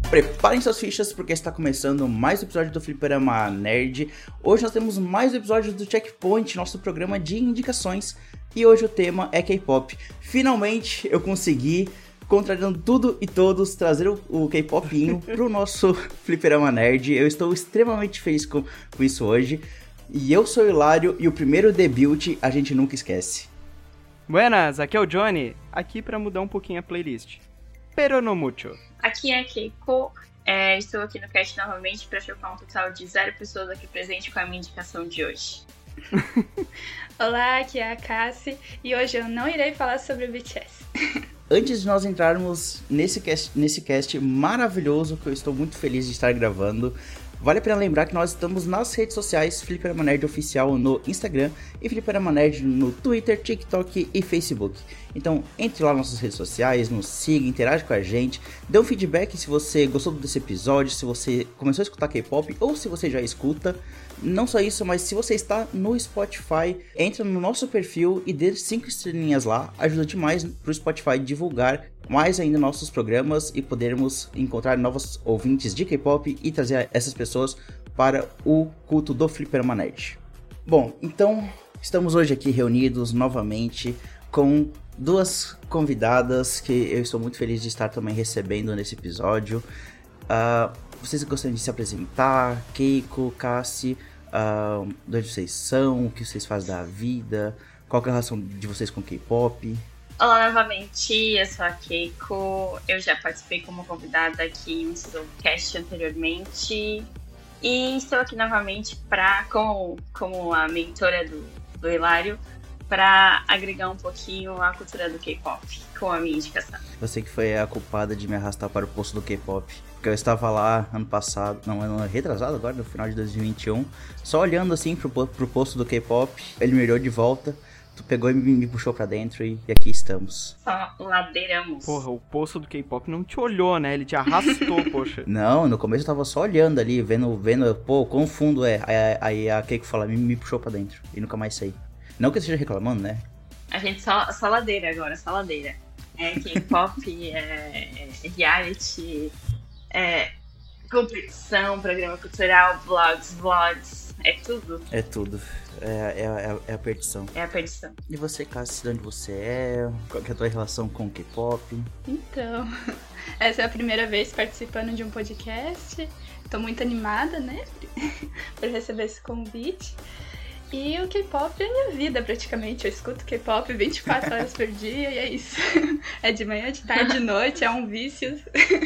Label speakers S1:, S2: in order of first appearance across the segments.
S1: Preparem suas fichas porque está começando mais um episódio do Fliperama Nerd. Hoje nós temos mais um episódio do Checkpoint, nosso programa de indicações. E hoje o tema é K-pop. Finalmente eu consegui, contrariando tudo e todos, trazer o K-popinho pro nosso Fliperama Nerd. Eu estou extremamente feliz com isso hoje. E eu sou o Hilário e o primeiro debut a gente nunca esquece.
S2: Buenas, aqui é o Johnny, aqui pra mudar um pouquinho a playlist. Pero no mucho.
S3: Aqui é a Keiko, estou aqui no cast novamente para chocar um total de 0 pessoas aqui presentes com a minha indicação de hoje.
S4: Olá, aqui é a Cassie e hoje eu não irei falar sobre o BTS.
S1: Antes de nós entrarmos nesse cast maravilhoso que eu estou muito feliz de estar gravando, vale a pena lembrar que nós estamos nas redes sociais Fliperama Nerd Oficial no Instagram e Fliperama Nerd no Twitter, TikTok e Facebook. Então entre lá nas nossas redes sociais, nos siga, interage com a gente, dê um feedback se você gostou desse episódio, se você começou a escutar K-pop ou se você já escuta. Não só isso, mas se você está no Spotify, entra no nosso perfil e dê 5 estrelinhas lá, ajuda demais pro Spotify divulgar mais ainda nossos programas e podermos encontrar novos ouvintes de K-pop e trazer essas pessoas para o culto do Fliperama Nerd. Bom, então estamos hoje aqui reunidos novamente com duas convidadas que eu estou muito feliz de estar também recebendo nesse episódio. Vocês gostariam de se apresentar? Keiko, Cassie, de onde vocês são, o que vocês fazem da vida, qual que é a relação de vocês com K-pop?
S3: Olá novamente, eu sou a Keiko, eu já participei como convidada aqui no seu cast anteriormente e estou aqui novamente como a mentora do Hilário para agregar um pouquinho a cultura do K-pop com a minha indicação.
S1: Você que foi a culpada de me arrastar para o poço do K-pop. Porque eu estava lá ano retrasado agora, no final de 2021, só olhando assim pro poço do K-pop, ele me olhou de volta, tu pegou e me puxou pra dentro e aqui estamos.
S3: Só ladeiramos.
S2: Porra, o poço do K-pop não te olhou, né? Ele te arrastou, poxa.
S1: Não, no começo eu tava só olhando ali, vendo, pô, quão fundo é. Aí a Keiko fala, me puxou pra dentro e nunca mais saí. Não que eu esteja reclamando, né?
S3: A gente só ladeira agora, só ladeira. K-pop, reality, competição, programa cultural, vlogs, é tudo.
S1: É tudo. É a perdição.
S3: É a perdição.
S1: E você, Cassie, de onde você é? Qual que é a tua relação com o K-pop?
S4: Então, essa é a primeira vez participando de um podcast. Tô muito animada, né? Por receber esse convite. E o K-pop é minha vida, praticamente. Eu escuto K-pop 24 horas por dia e é isso. É de manhã, de tarde, de noite, é um vício.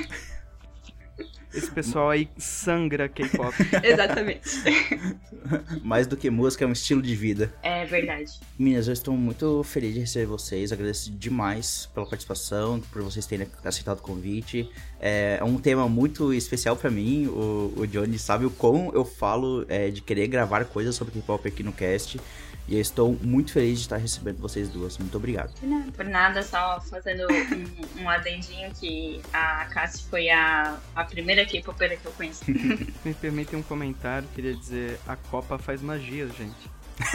S2: Esse pessoal aí sangra K-pop.
S4: Exatamente.
S1: Mais do que música, é um estilo de vida.
S3: É verdade.
S1: Meninas, eu estou muito feliz de receber vocês. Agradeço demais pela participação, por vocês terem aceitado o convite. É um tema muito especial pra mim. O Johnny sabe o quão eu falo de querer gravar coisas sobre K-pop aqui no cast. E eu estou muito feliz de estar recebendo vocês duas. Muito obrigado.
S3: Por nada, só fazendo um adendinho que a Cassie foi a primeira K-popera que eu conheci.
S2: Me permitem um comentário, queria dizer, a Copa faz magia, gente.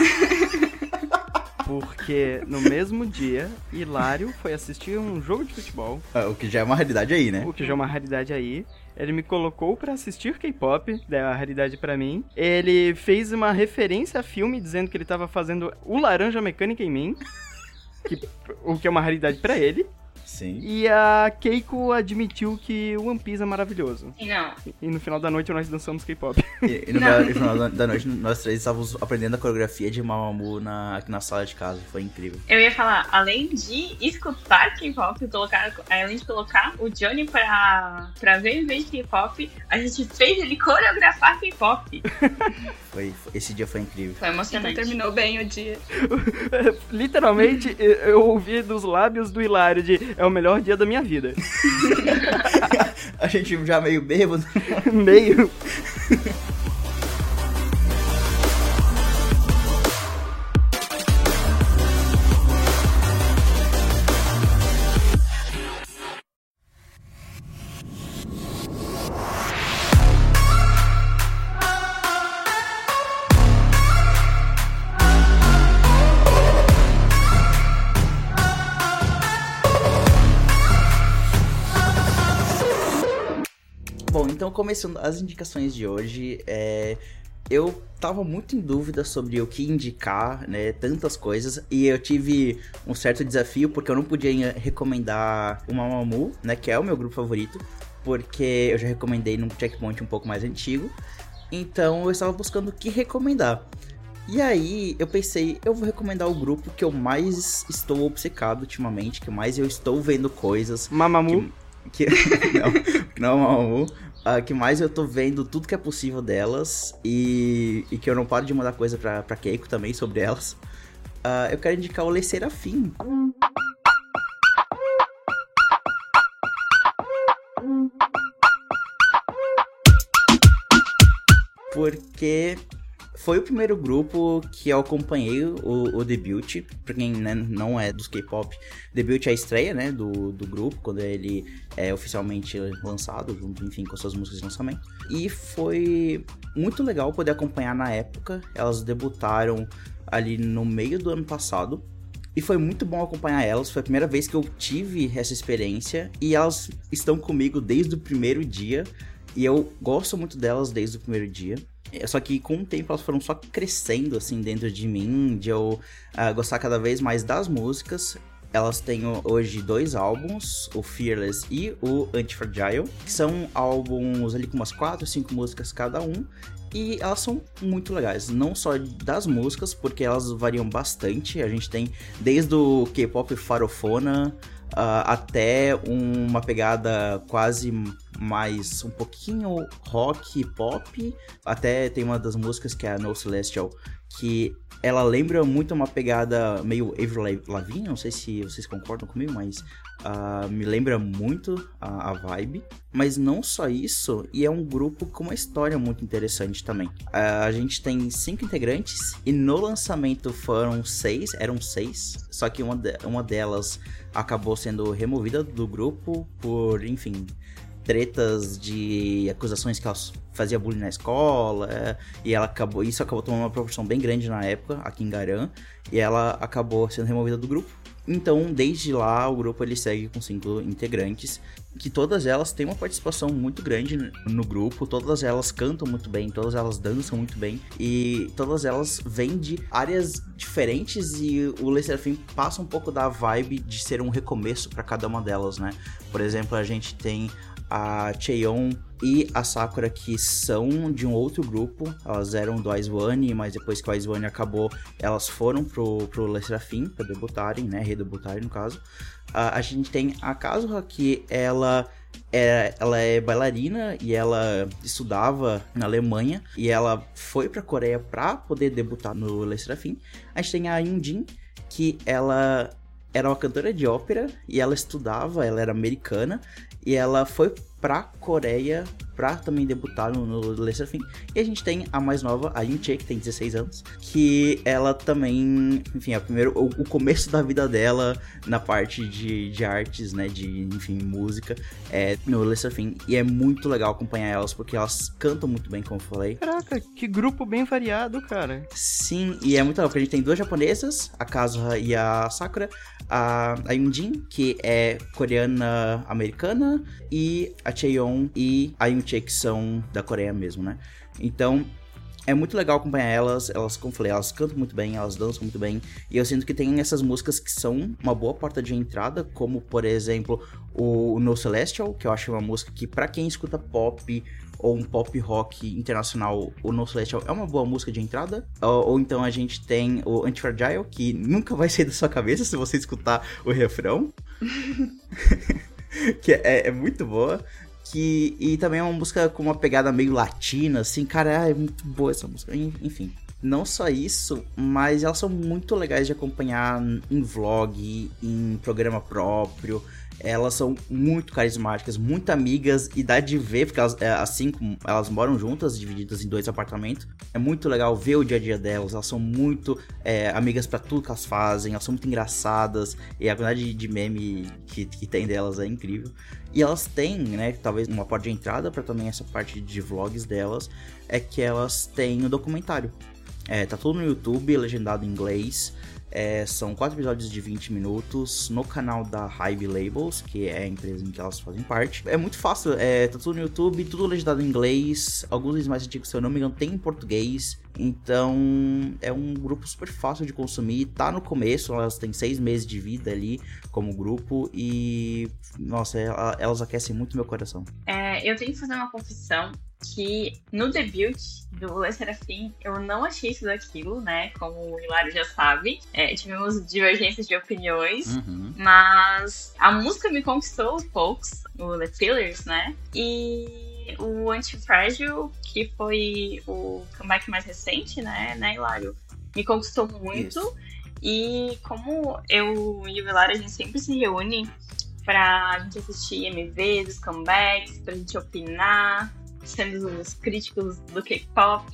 S2: Porque no mesmo dia, Hilário foi assistir um jogo de futebol.
S1: O que já é uma raridade aí, né?
S2: O que já é uma raridade aí. Ele me colocou pra assistir K-pop, deu a raridade pra mim. Ele fez uma referência a filme, dizendo que ele tava fazendo o Laranja Mecânica em mim. O que é uma raridade pra ele.
S1: Sim.
S2: E a Keiko admitiu que o One Piece é maravilhoso.
S3: Não.
S2: E no final da noite nós dançamos K-pop.
S1: E no final da noite nós três estávamos aprendendo a coreografia de Mamamoo aqui na sala de casa. Foi incrível.
S3: Eu ia falar, além de escutar K-pop, além de colocar o Johnny pra ver em vez de K-pop, a gente fez ele coreografar K-pop.
S1: Esse dia foi incrível.
S3: Foi emocionante.
S4: Então terminou bem o dia.
S2: Literalmente, eu ouvi dos lábios do Hilário de é o melhor dia da minha vida.
S1: A gente já meio bêbado.
S2: Meio.
S1: Então, começando as indicações de hoje, eu tava muito em dúvida sobre o que indicar, né, tantas coisas, e eu tive um certo desafio, porque eu não podia recomendar o Mamamoo, né, que é o meu grupo favorito, porque eu já recomendei num checkpoint um pouco mais antigo, então eu estava buscando o que recomendar. E aí eu pensei, eu vou recomendar o grupo que eu mais estou obcecado ultimamente, que mais eu estou vendo coisas...
S2: Mamamoo?
S1: Não é o Mamamoo. Que mais eu tô vendo tudo que é possível delas e que eu não paro de mandar coisa pra Keiko também sobre elas. Eu quero indicar o Le Sserafim. Porque foi o primeiro grupo que eu acompanhei o debut. Pra quem, né, não é dos K-pop, debut é a estreia, né, do grupo, quando ele é oficialmente lançado, enfim, com suas músicas de lançamento. E foi muito legal poder acompanhar na época. Elas debutaram ali no meio do ano passado. E foi muito bom acompanhar elas. Foi a primeira vez que eu tive essa experiência. E elas estão comigo desde o primeiro dia. E eu gosto muito delas desde o primeiro dia. Só que com o tempo elas foram só crescendo assim dentro de mim, de eu gostar cada vez mais das músicas. Elas têm hoje 2 álbuns, o Fearless e o Anti-Fragile, que são álbuns ali com umas 4, 5 músicas cada um. E elas são muito legais, não só das músicas, porque elas variam bastante. A gente tem desde o K-pop farofona até uma pegada quase mais um pouquinho rock, pop. Até tem uma das músicas que é a No Celestial, que ela lembra muito uma pegada meio Avril Lavigne, não sei se vocês concordam comigo, mas me lembra muito a vibe. Mas não só isso, e é um grupo com uma história muito interessante também. A gente tem 5 integrantes e no lançamento eram 6, só que uma delas acabou sendo removida do grupo por, enfim, tretas de acusações que ela fazia bullying na escola, e isso acabou tomando uma proporção bem grande na época, aqui em Garan, e ela acabou sendo removida do grupo. Então, desde lá, o grupo ele segue com 5 integrantes, que todas elas têm uma participação muito grande no grupo, todas elas cantam muito bem, todas elas dançam muito bem, e todas elas vêm de áreas diferentes, e o Le Sserafim passa um pouco da vibe de ser um recomeço para cada uma delas, né? Por exemplo, a gente tem a Chaeyoung e a Sakura, que são de um outro grupo. Elas eram do IZ*ONE, mas depois que o IZ*ONE acabou, elas foram pro Le Sserafim pra debutarem, né, redebutarem no caso. A gente tem a Kazuha, que ela é bailarina e ela estudava na Alemanha, e ela foi pra Coreia pra poder debutar no Le Sserafim. A gente tem a Yoonjin, que ela era uma cantora de ópera e ela era americana, e ela foi pra Coreia pra também debutar no Le Sserafim. E a gente tem a mais nova, a Yoon Chae, que tem 16 anos, que ela também, enfim, o começo da vida dela na parte de artes, né, de, enfim, música, no Le Sserafim. E é muito legal acompanhar elas, porque elas cantam muito bem, como eu falei.
S2: Caraca, que grupo bem variado, cara.
S1: Sim, e é muito legal, porque a gente tem 2 japonesas, a Kazuha e a Sakura, a Yoonjin, que é coreana-americana, e a Chaeyoung e a Yoon Chae, que são da Coreia mesmo, né? Então, é muito legal acompanhar elas, como eu falei, elas cantam muito bem, elas dançam muito bem, e eu sinto que tem essas músicas que são uma boa porta de entrada, como, por exemplo, o No Celestial, que eu acho uma música que, pra quem escuta pop ou um pop rock internacional, o No Celestial é uma boa música de entrada. Ou então a gente tem o Anti-Fragile, que nunca vai sair da sua cabeça se você escutar o refrão. Que é muito boa. E também é uma música com uma pegada meio latina, assim, cara, é muito boa essa música. Enfim, não só isso, mas elas são muito legais de acompanhar em vlog, em programa próprio. Elas são muito carismáticas, muito amigas, e dá de ver, porque elas moram juntas, divididas em 2 apartamentos. É muito legal ver o dia a dia delas. Elas são muito amigas pra tudo que elas fazem, elas são muito engraçadas, e a quantidade de meme que tem delas é incrível. E elas têm, né, talvez uma porta de entrada pra também essa parte de vlogs delas, é que elas têm o documentário. Tá tudo no YouTube, legendado em inglês. São 4 episódios de 20 minutos no canal da Hybe Labels, que é a empresa em que elas fazem parte. É muito fácil, tá tudo no YouTube, tudo legendado em inglês. Alguns deles mais antigos, se eu não me engano, tem em português. Então, é um grupo super fácil de consumir. Tá no começo, elas têm 6 meses de vida ali como grupo. E, nossa, elas aquecem muito meu coração.
S3: Eu tenho que fazer uma confissão que no debut do Le Sserafim eu não achei isso daquilo, né? Como o Hilário já sabe. Tivemos divergências de opiniões, mas a música me conquistou aos poucos, o The Fillers, né? E o Antifrágil, que foi o comeback mais recente, né, Hilário? Me conquistou muito. Isso. E como eu e o Hilário, a gente sempre se reúne pra gente assistir MVs, os comebacks, pra gente opinar, sendo os críticos do K-pop.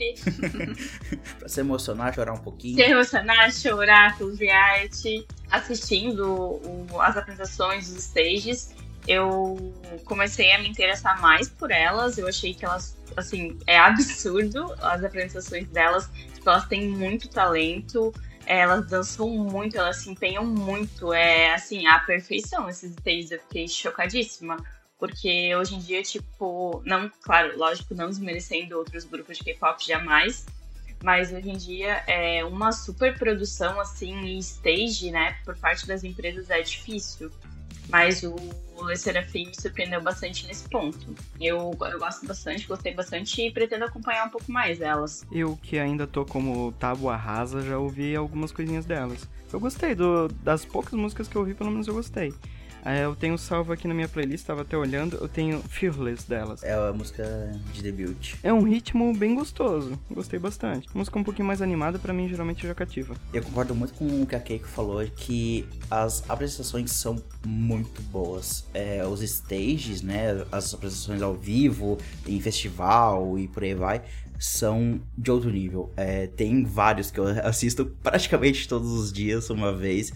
S1: Pra se emocionar, chorar um pouquinho.
S3: Se emocionar, chorar com o reality. Assistindo as apresentações, os stages, eu comecei a me interessar mais por elas. Eu achei que elas, assim, é absurdo as apresentações delas. Tipo, elas têm muito talento. Elas dançam muito, elas se empenham muito. Assim, a perfeição esses stages. Eu fiquei chocadíssima. Porque hoje em dia, tipo, não, claro, lógico, não desmerecendo outros grupos de K-pop jamais, mas hoje em dia é uma super produção, assim, e stage, né, por parte das empresas é difícil. Mas o Le Sserafim me surpreendeu bastante nesse ponto. Eu gosto bastante, gostei bastante e pretendo acompanhar um pouco mais elas.
S2: Eu, que ainda tô como tábua rasa, já ouvi algumas coisinhas delas. Eu gostei, das poucas músicas que eu ouvi, pelo menos eu gostei. Eu tenho salvo aqui na minha playlist, tava até olhando, eu tenho Fearless delas.
S1: É a música de debut.
S2: É um ritmo bem gostoso, gostei bastante. Música um pouquinho mais animada, pra mim, geralmente já cativa.
S1: Eu concordo muito com o que a Keiko falou, que as apresentações são muito boas. Os stages, né, as apresentações ao vivo, em festival e por aí vai, são de outro nível. Tem vários que eu assisto praticamente todos os dias, uma vez,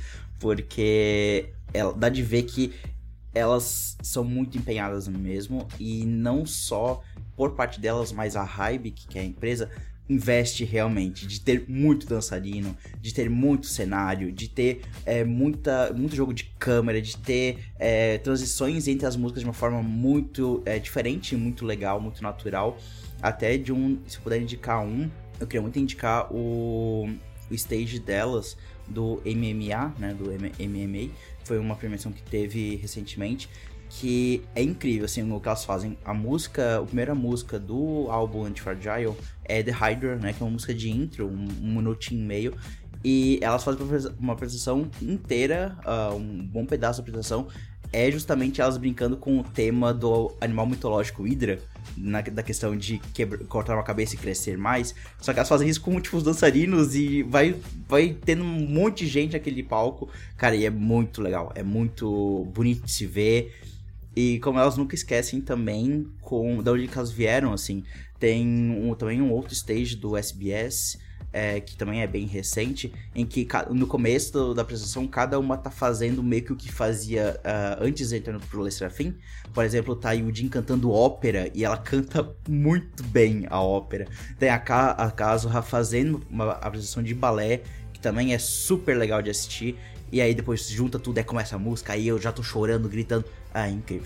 S1: porque dá de ver que elas são muito empenhadas mesmo, e não só por parte delas, mas a Hybe, que é a empresa, investe realmente, de ter muito dançarino, de ter muito cenário, de ter muito jogo de câmera, de ter transições entre as músicas de uma forma muito diferente, muito legal, muito natural. Até se eu puder indicar eu queria muito indicar o stage delas do MMA, né, do MMA. Foi uma premiação que teve recentemente, que é incrível, assim, o que elas fazem. A primeira música do álbum Antifragile é The Hydra, né, que é uma música de intro, um minutinho e meio, e elas fazem uma apresentação inteira, um bom pedaço da apresentação, justamente elas brincando com o tema do animal mitológico Hydra, da questão de cortar uma cabeça e crescer mais. Só que elas fazem isso com, tipo, os dançarinos, e vai tendo um monte de gente naquele palco. Cara, e é muito legal, é muito bonito de se ver. E como elas nunca esquecem também da onde elas vieram, assim. Tem também um outro stage do SBS, que também é bem recente, em que no começo da apresentação cada uma tá fazendo meio que o que fazia antes de entrar pro Le Sserafim. Por exemplo, tá a Yujin cantando ópera, e ela canta muito bem a ópera. Tem a Kazuha fazendo uma apresentação de balé, que também é super legal de assistir. E aí depois junta tudo, começa a música, aí eu já tô chorando, gritando. É incrível.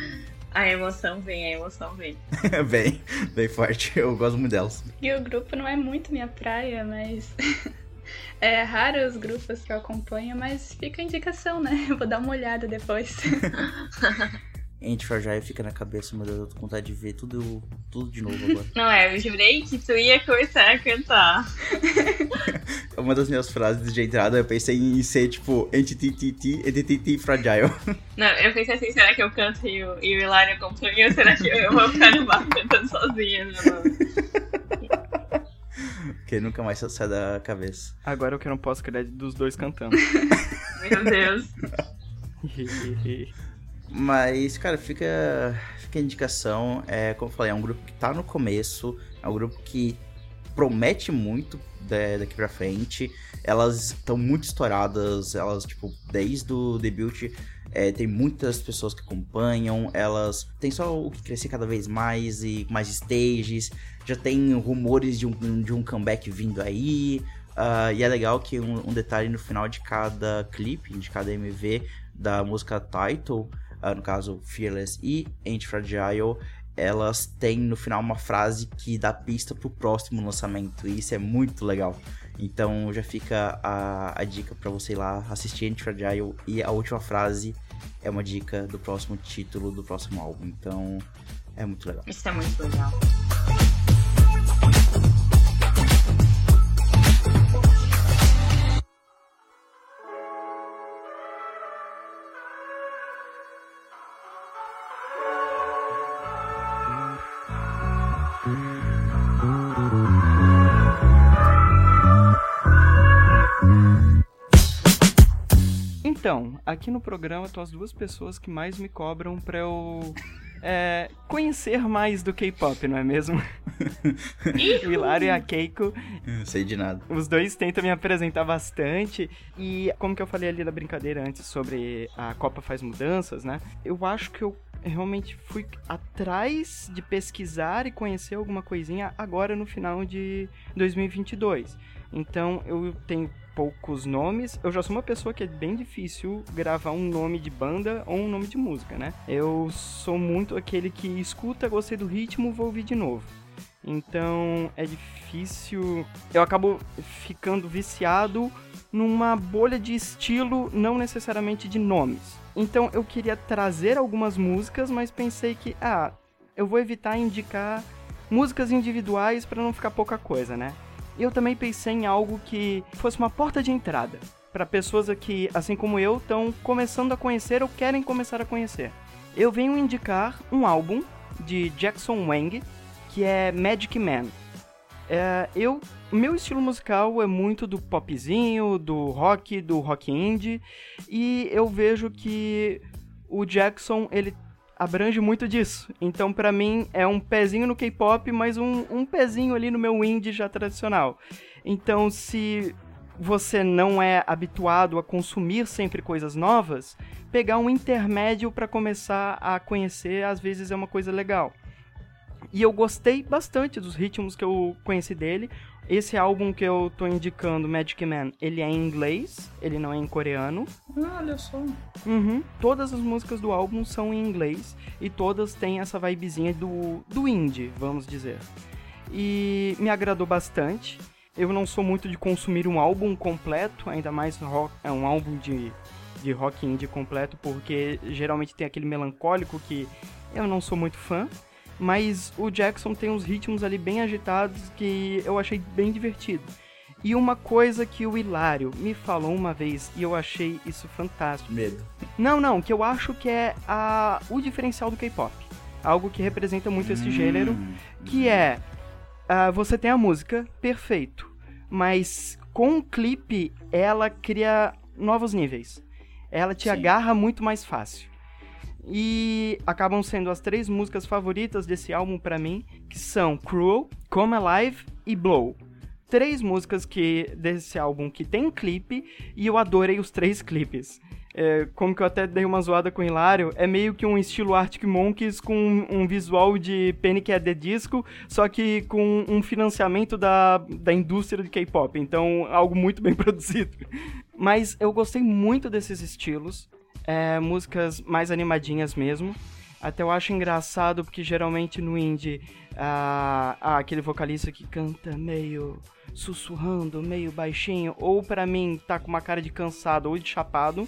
S3: A emoção vem.
S1: bem forte. Eu gosto muito delas.
S4: E o grupo não é muito minha praia, mas é raro os grupos que eu acompanho, mas fica a indicação, né? Eu vou dar uma olhada depois.
S1: Antifragile fica na cabeça, meu Deus, eu tô com vontade de ver tudo de novo agora.
S3: Não, eu jurei que tu ia começar a cantar.
S1: Uma das minhas frases de entrada, eu pensei em ser, tipo, Anti-TTT Fragile.
S3: Não, eu pensei assim, será que eu canto e o Hilário acompanha, ou será que eu vou ficar no bar cantando sozinha?
S1: Que nunca mais sai da cabeça.
S2: Agora eu quero um pós-crédito dos dois cantando.
S3: Meu Deus.
S1: Mas, cara, fica a indicação. Como eu falei, é um grupo que tá no começo, é um grupo que promete muito daqui pra frente. Elas estão muito estouradas, elas, tipo, desde o debut, tem muitas pessoas que acompanham, elas têm só o que crescer cada vez mais e mais stages, já tem rumores de um comeback vindo aí, e é legal que um detalhe no final de cada clipe, de cada MV da música Title, no caso Fearless e Anti-Fragile, elas têm no final uma frase que dá pista pro próximo lançamento, e isso é muito legal. Então já fica a dica pra você ir lá assistir Anti-Fragile, e a última frase é uma dica do próximo título do próximo álbum, então é muito legal.
S3: Isso é muito legal.
S2: Então, aqui no programa estão as duas pessoas que mais me cobram pra eu conhecer mais do K-pop, não é mesmo? O Hilário e a Keiko.
S1: Não sei de nada.
S2: Os dois tentam me apresentar bastante. E como que eu falei ali na brincadeira antes sobre a Copa faz mudanças, né? Eu acho que eu realmente fui atrás de pesquisar e conhecer alguma coisinha agora no final de 2022. Então eu tenho poucos nomes. Eu já sou uma pessoa que é bem difícil gravar um nome de banda ou um nome de música, né? Eu sou muito aquele que escuta, gostei do ritmo, vou ouvir de novo. Então é difícil. Eu acabo ficando viciado numa bolha de estilo, não necessariamente de nomes. Então eu queria trazer algumas músicas, mas pensei que eu vou evitar indicar músicas individuais para não ficar pouca coisa, né? E eu também pensei em algo que fosse uma porta de entrada para pessoas que, assim como eu, estão começando a conhecer ou querem começar a conhecer. Eu venho indicar um álbum de Jackson Wang, que é Magic Man. Meu estilo musical é muito do popzinho, do rock indie, e eu vejo que o Jackson, ele abrange muito disso. Então, pra mim, é um pezinho no K-pop, mas um pezinho ali no meu indie já tradicional. Então, se você não é habituado a consumir sempre coisas novas, pegar um intermédio pra começar a conhecer, às vezes é uma coisa legal. E eu gostei bastante dos ritmos que eu conheci dele. Esse álbum que eu tô indicando, Magic Man, ele é em inglês, ele não é em coreano.
S1: Olha só.
S2: Todas as músicas do álbum são em inglês e todas têm essa vibezinha do indie, vamos dizer. E me agradou bastante. Eu não sou muito de consumir um álbum completo, ainda mais um álbum de rock indie completo, porque geralmente tem aquele melancólico que eu não sou muito fã. Mas o Jackson tem uns ritmos ali bem agitados que eu achei bem divertido. E uma coisa que o Hilário me falou uma vez, e eu achei isso fantástico.
S1: Medo.
S2: Não, que eu acho que é o diferencial do K-pop. Algo que representa muito esse gênero, que é, você tem a música, perfeito, mas com o clipe ela cria novos níveis. Ela te agarra muito mais fácil. E acabam sendo as 3 músicas favoritas desse álbum pra mim, que são Cruel, Come Alive e Blow. 3 músicas desse álbum que tem clipe, e eu adorei os 3 clipes. Como que eu até dei uma zoada com o Hilário, é meio que um estilo Arctic Monkeys com um visual de Panic! At the Disco, só que com um financiamento da indústria de K-pop, então algo muito bem produzido. Mas eu gostei muito desses estilos. Músicas mais animadinhas mesmo. Até eu acho engraçado porque geralmente no indie aquele vocalista que canta meio sussurrando, meio baixinho, ou pra mim tá com uma cara de cansado ou de chapado.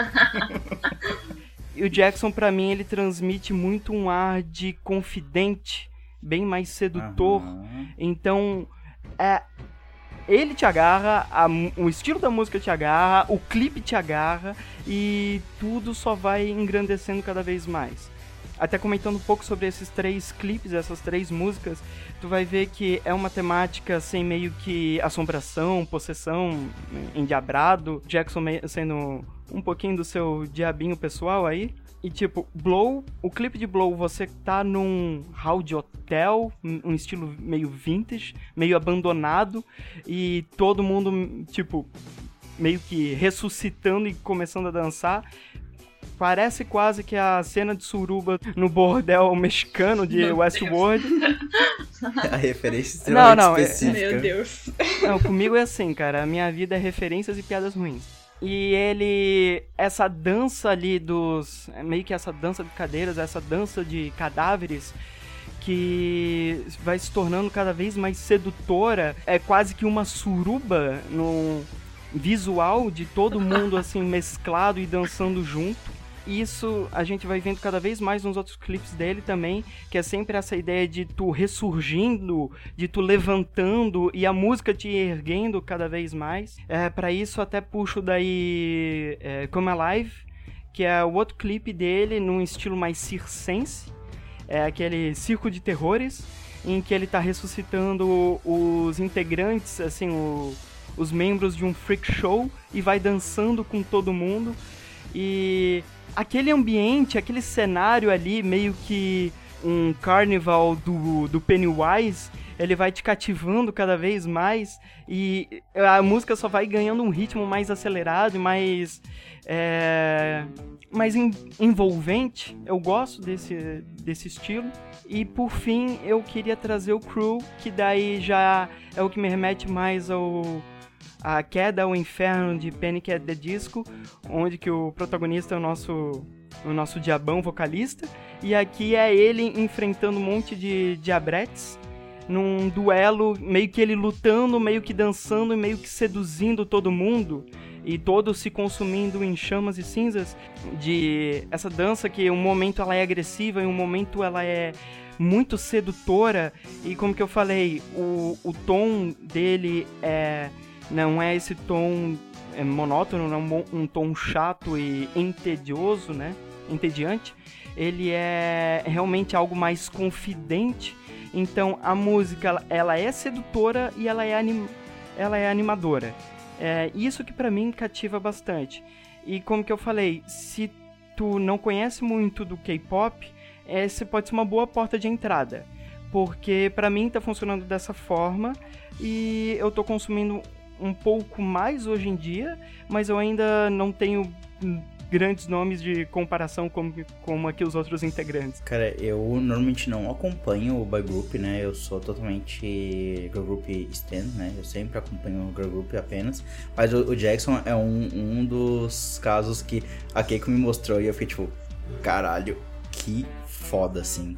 S2: E o Jackson, pra mim, ele transmite muito um ar de confidente, bem mais sedutor. Então ele te agarra, o estilo da música te agarra, o clipe te agarra e tudo só vai engrandecendo cada vez mais. Até comentando um pouco sobre esses 3 clipes, essas 3 músicas, tu vai ver que é uma temática assim, meio que assombração, possessão, endiabrado, Jackson sendo um pouquinho do seu diabinho pessoal aí. E tipo, Blow, o clipe de Blow, você tá num hall de hotel, um estilo meio vintage, meio abandonado, e todo mundo, tipo, meio que ressuscitando e começando a dançar. Parece quase que a cena de suruba no bordel mexicano de Westworld.
S1: A referência extremamente
S2: Não,
S1: específica.
S4: Meu Deus.
S2: Não, comigo é assim, cara. A minha vida é referências e piadas ruins. E ele... Essa dança ali dos... Meio que essa dança de cadeiras, essa dança de cadáveres... que vai se tornando cada vez mais sedutora. É quase que uma suruba no visual de todo mundo assim mesclado e dançando junto. Isso a gente vai vendo cada vez mais nos outros clipes dele também, que é sempre essa ideia de tu ressurgindo, de tu levantando e a música te erguendo cada vez mais. Para isso até puxo daí Come Alive, que é o outro clipe dele num estilo mais circense. É aquele circo de terrores, em que ele tá ressuscitando os integrantes, assim, os membros de um freak show e vai dançando com todo mundo. E aquele ambiente, aquele cenário ali, meio que um carnival do Pennywise, ele vai te cativando cada vez mais e a música só vai ganhando um ritmo mais acelerado e mais envolvente. Eu gosto desse estilo. E por fim, eu queria trazer o Crew, que daí já é o que me remete mais a queda ao inferno de Panic! At the Disco, onde que o protagonista é o nosso diabão vocalista, e aqui é ele enfrentando um monte de diabretes num duelo, meio que ele lutando, meio que dançando e meio que seduzindo todo mundo, e todos se consumindo em chamas e cinzas, de essa dança que um momento ela é agressiva e um momento ela é muito sedutora, e como que eu falei, o tom dele não é esse tom monótono, não é um tom chato e entedioso, né? Entediante. Ele é realmente algo mais confidente. Então a música ela é sedutora e ela é animadora. É isso que pra mim cativa bastante. E como que eu falei, se tu não conhece muito do K-pop, esse pode ser uma boa porta de entrada. Porque pra mim tá funcionando dessa forma e eu tô consumindo um pouco mais hoje em dia, mas eu ainda não tenho grandes nomes de comparação como aqui os outros integrantes.
S1: Cara, eu normalmente não acompanho o boy group, né? Eu sou totalmente girl group stan, né? Eu sempre acompanho o girl group apenas. Mas o Jackson é um dos casos que a Keiko me mostrou e eu fiquei tipo, caralho, que foda, assim.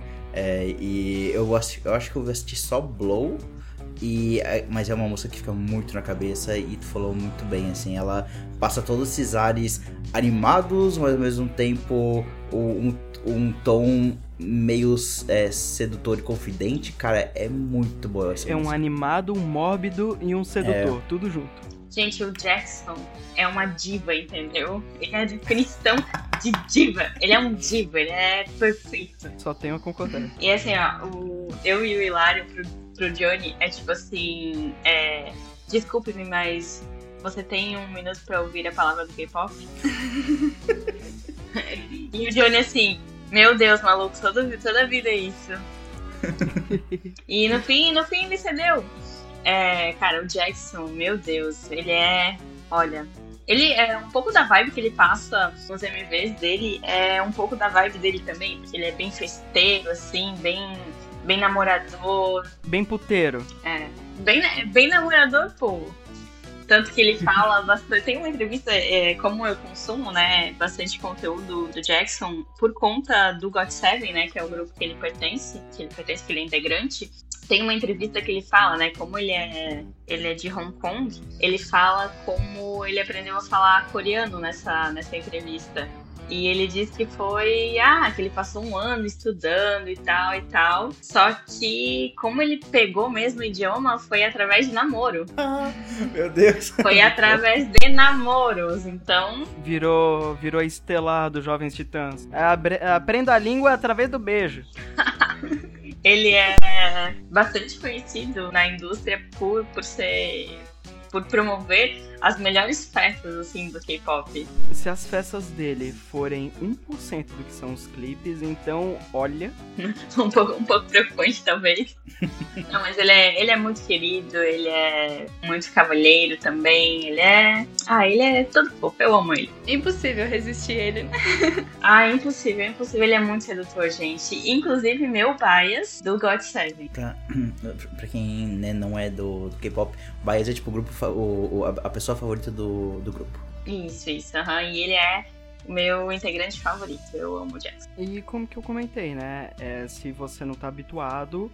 S1: E eu acho que eu vou assistir só Blow. Mas é uma música que fica muito na cabeça e tu falou muito bem, assim, ela passa todos esses ares animados, mas ao mesmo tempo um tom meio sedutor e confidente, cara, é muito boa essa música.
S2: Um animado, um mórbido e um sedutor, tudo junto.
S3: Gente, o Jackson é uma diva, entendeu? Ele é a definição de diva. Ele é um diva, ele é perfeito.
S2: Só tenho a concordar.
S3: E assim, ó, eu e o Hilário pro Johnny é tipo assim, desculpe-me, mas você tem 1 minuto pra ouvir a palavra do K-pop? E o Johnny assim, meu Deus, maluco, toda vida é isso. E no fim ele cedeu. Cara, o Jackson, meu Deus, ele ele é um pouco da vibe que ele passa nos MVs dele, é um pouco da vibe dele também, porque ele é bem festeiro, assim, bem namorador.
S2: Bem puteiro.
S3: Bem namorador, pô. Tanto que ele fala bastante. Tem uma entrevista, como eu consumo, né, bastante conteúdo do Jackson por conta do GOT7, né, que é o grupo que ele pertence, que ele é integrante. Tem uma entrevista que ele fala, né, como ele é de Hong Kong, ele fala como ele aprendeu a falar coreano nessa entrevista. E ele disse que foi, que ele passou 1 ano estudando e tal. Só que como ele pegou mesmo o idioma foi através de namoro.
S1: Meu Deus.
S3: Foi através de namoros, então...
S2: Virou a Estelar dos Jovens Titãs. Aprenda a língua através do beijo. Ele
S3: é bastante conhecido na indústria por por promover as melhores festas, assim, do K-pop.
S2: Se as festas dele forem 1% do que são os clipes, então, olha...
S3: um pouco preocupante, talvez. Não, mas ele é muito querido, ele é muito cavalheiro também, ele é todo fofo, eu amo ele.
S4: Impossível resistir ele, né?
S3: Impossível, ele é muito sedutor, gente. Inclusive, meu bias do GOT7.
S1: Pra quem, né, não é do K-pop, o bias é tipo o grupo, a pessoa favorita do grupo.
S3: Isso, e ele é o meu integrante favorito, eu amo o Jackson.
S2: E como que eu comentei, né, se você não tá habituado,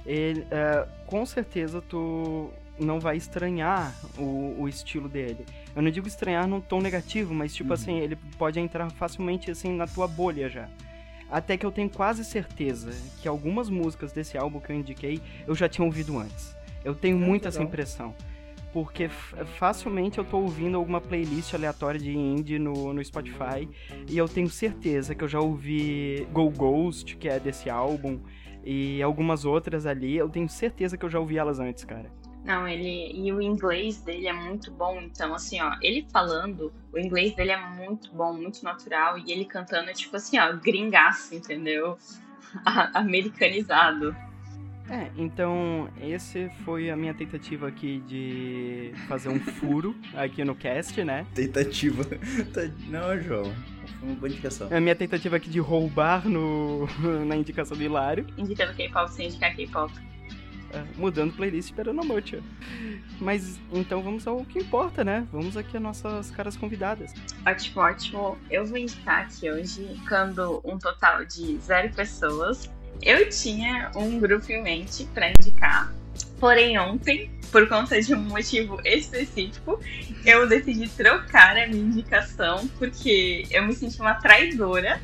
S2: com certeza tu não vai estranhar o estilo dele. Eu não digo estranhar num tom negativo, mas tipo assim, ele pode entrar facilmente assim na tua bolha já. Até que eu tenho quase certeza que algumas músicas desse álbum que eu indiquei, eu já tinha ouvido antes. Eu tenho muito essa impressão. Porque facilmente eu tô ouvindo alguma playlist aleatória de indie no Spotify, e eu tenho certeza que eu já ouvi Go Ghost, que é desse álbum, e algumas outras ali, eu tenho certeza que eu já ouvi elas antes, cara.
S3: Não, e o inglês dele é muito bom, então assim, ó, ele falando, o inglês dele é muito bom, muito natural, e ele cantando é tipo assim, ó, gringaço, entendeu? Americanizado.
S2: Então, esse foi a minha tentativa aqui de fazer um furo aqui no cast, né?
S1: Tentativa. Não, João. Foi uma boa indicação.
S2: A minha tentativa aqui de roubar na indicação do Hilário.
S3: Indicando K-pop sem indicar K-pop.
S2: Mudando playlist, esperando a noite. Mas, então, vamos ao que importa, né? Vamos aqui às nossas caras convidadas.
S3: Ótimo. Eu vou indicar aqui hoje, indicando um total de 0 pessoas. Eu tinha um grupo em mente pra indicar, porém ontem, por conta de um motivo específico, eu decidi trocar a minha indicação, porque eu me senti uma traidora,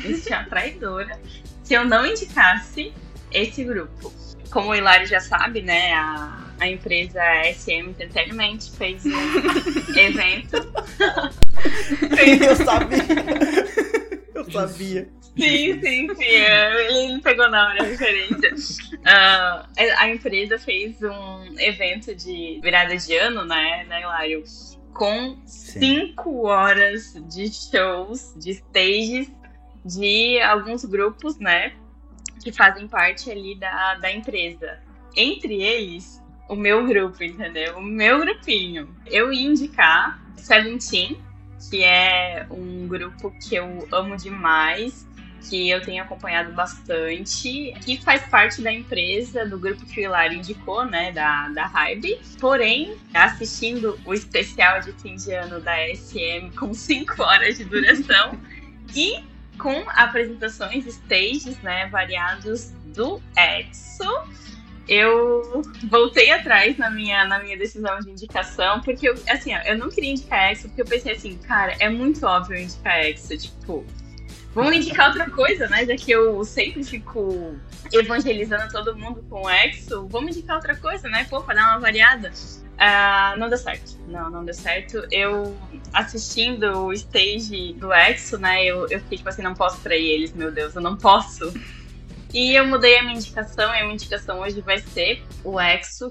S3: se eu não indicasse esse grupo. Como o Hilário já sabe, né, a empresa SM Entertainment fez um evento.
S1: Eu sabia.
S3: Sim, ele pegou na hora a referência. A empresa fez um evento de virada de ano, né, Hilário? Com 5 horas de shows, de stages, de alguns grupos, né, que fazem parte ali da empresa. Entre eles, o meu grupo, entendeu? O meu grupinho. Eu ia indicar Seventeen, que é um grupo que eu amo demais, que eu tenho acompanhado bastante, que faz parte da empresa, do grupo que o Hilário indicou, né, da Hybe. Porém, assistindo o especial de fim de ano da SM com 5 horas de duração e com apresentações, stages, né, variados do EXO, eu voltei atrás na minha decisão de indicação, porque eu não queria indicar EXO, porque eu pensei assim, cara, é muito óbvio indicar EXO, tipo, vamos indicar outra coisa, né, já que eu sempre fico evangelizando todo mundo com EXO, vamos indicar outra coisa, né, pra dar uma variada. Não deu certo. Não deu certo. Eu, assistindo o stage do EXO, né, eu fiquei tipo assim, não posso trair eles, meu Deus, eu não posso. E eu mudei a minha indicação, e a minha indicação hoje vai ser o EXO.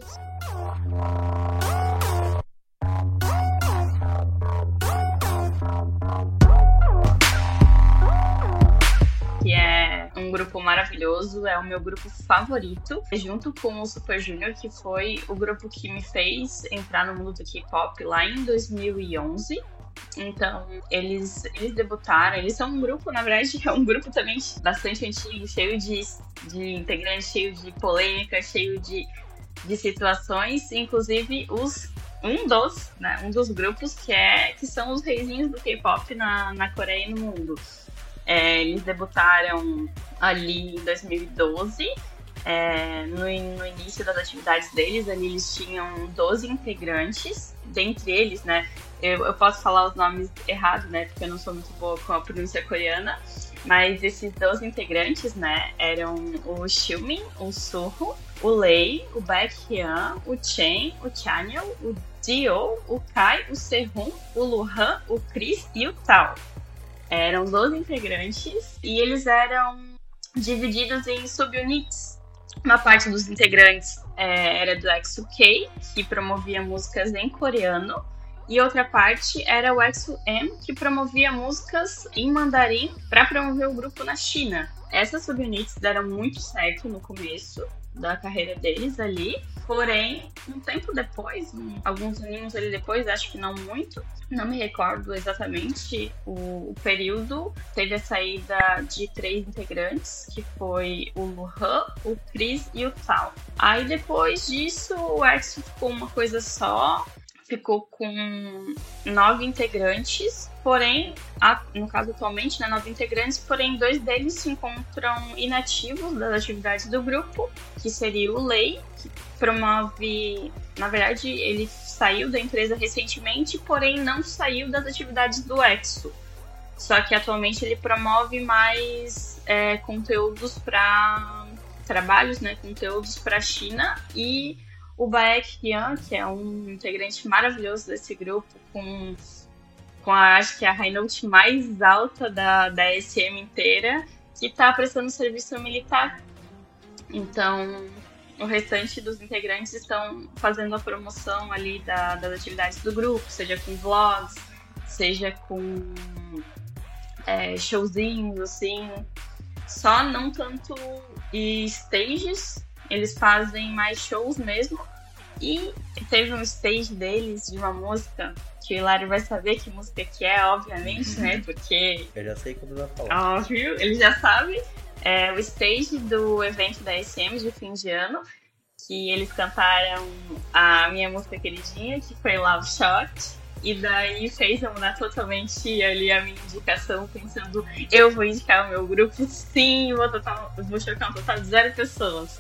S3: Que é um grupo maravilhoso, é o meu grupo favorito, junto com o Super Junior, que foi o grupo que me fez entrar no mundo do K-pop lá em 2011. Então, eles debutaram, eles são um grupo, na verdade, é um grupo também bastante antigo, cheio de integrantes, cheio de polêmica, cheio de situações, inclusive um dos grupos que são os reizinhos do K-pop na Coreia e no mundo. Eles debutaram ali em 2012, no início das atividades deles, ali eles tinham 12 integrantes, dentre eles, né, eu posso falar os nomes errados, né, porque eu não sou muito boa com a pronúncia coreana, mas esses 12 integrantes, né, eram o Xiumin, o Suho, o Lei, o Baekhyun, o Chen, o Chanyeol, o Dio, o Kai, o Sehun, o Luhan, o Chris e o Tao. Eram 12 integrantes e eles eram divididos em subunits, Uma parte dos integrantes era do EXO-K, que promovia músicas em coreano. E outra parte era o EXO-M, que promovia músicas em mandarim para promover o grupo na China. Essas subunits deram muito certo no começo da carreira deles ali. Porém, um tempo depois, alguns aninhos ali depois, acho que não muito, não me recordo exatamente o período, teve a saída de 3 integrantes, que foi o Luhan, o Chris e o Tao. Aí depois disso, o EXO ficou uma coisa só, ficou com 9 integrantes, porém, no caso atualmente, 9 integrantes, porém 2 deles se encontram inativos das atividades do grupo, que seria o Lei, que promove, na verdade, ele saiu da empresa recentemente, porém não saiu das atividades do EXO. Só que atualmente ele promove mais conteúdos para trabalhos, né, conteúdos para a China, e o Baek Hyun, que é um integrante maravilhoso desse grupo, com acho que a high note mais alta da SM inteira, que está prestando serviço militar. Então, o restante dos integrantes estão fazendo a promoção ali das atividades do grupo, seja com vlogs, seja com showzinhos, assim. Só não tanto stages, eles fazem mais shows mesmo. E teve um stage deles de uma música que o Hilário vai saber que música que é, obviamente, né? Porque...
S1: eu já sei como vai falar.
S3: Óbvio, ele já sabe. É o stage do evento da SM de fim de ano, que eles cantaram a minha música queridinha, que foi Love Shot. E daí fez eu mudar totalmente ali a minha indicação, pensando, eu vou indicar o meu grupo, sim, vou chocar um total de 0 pessoas.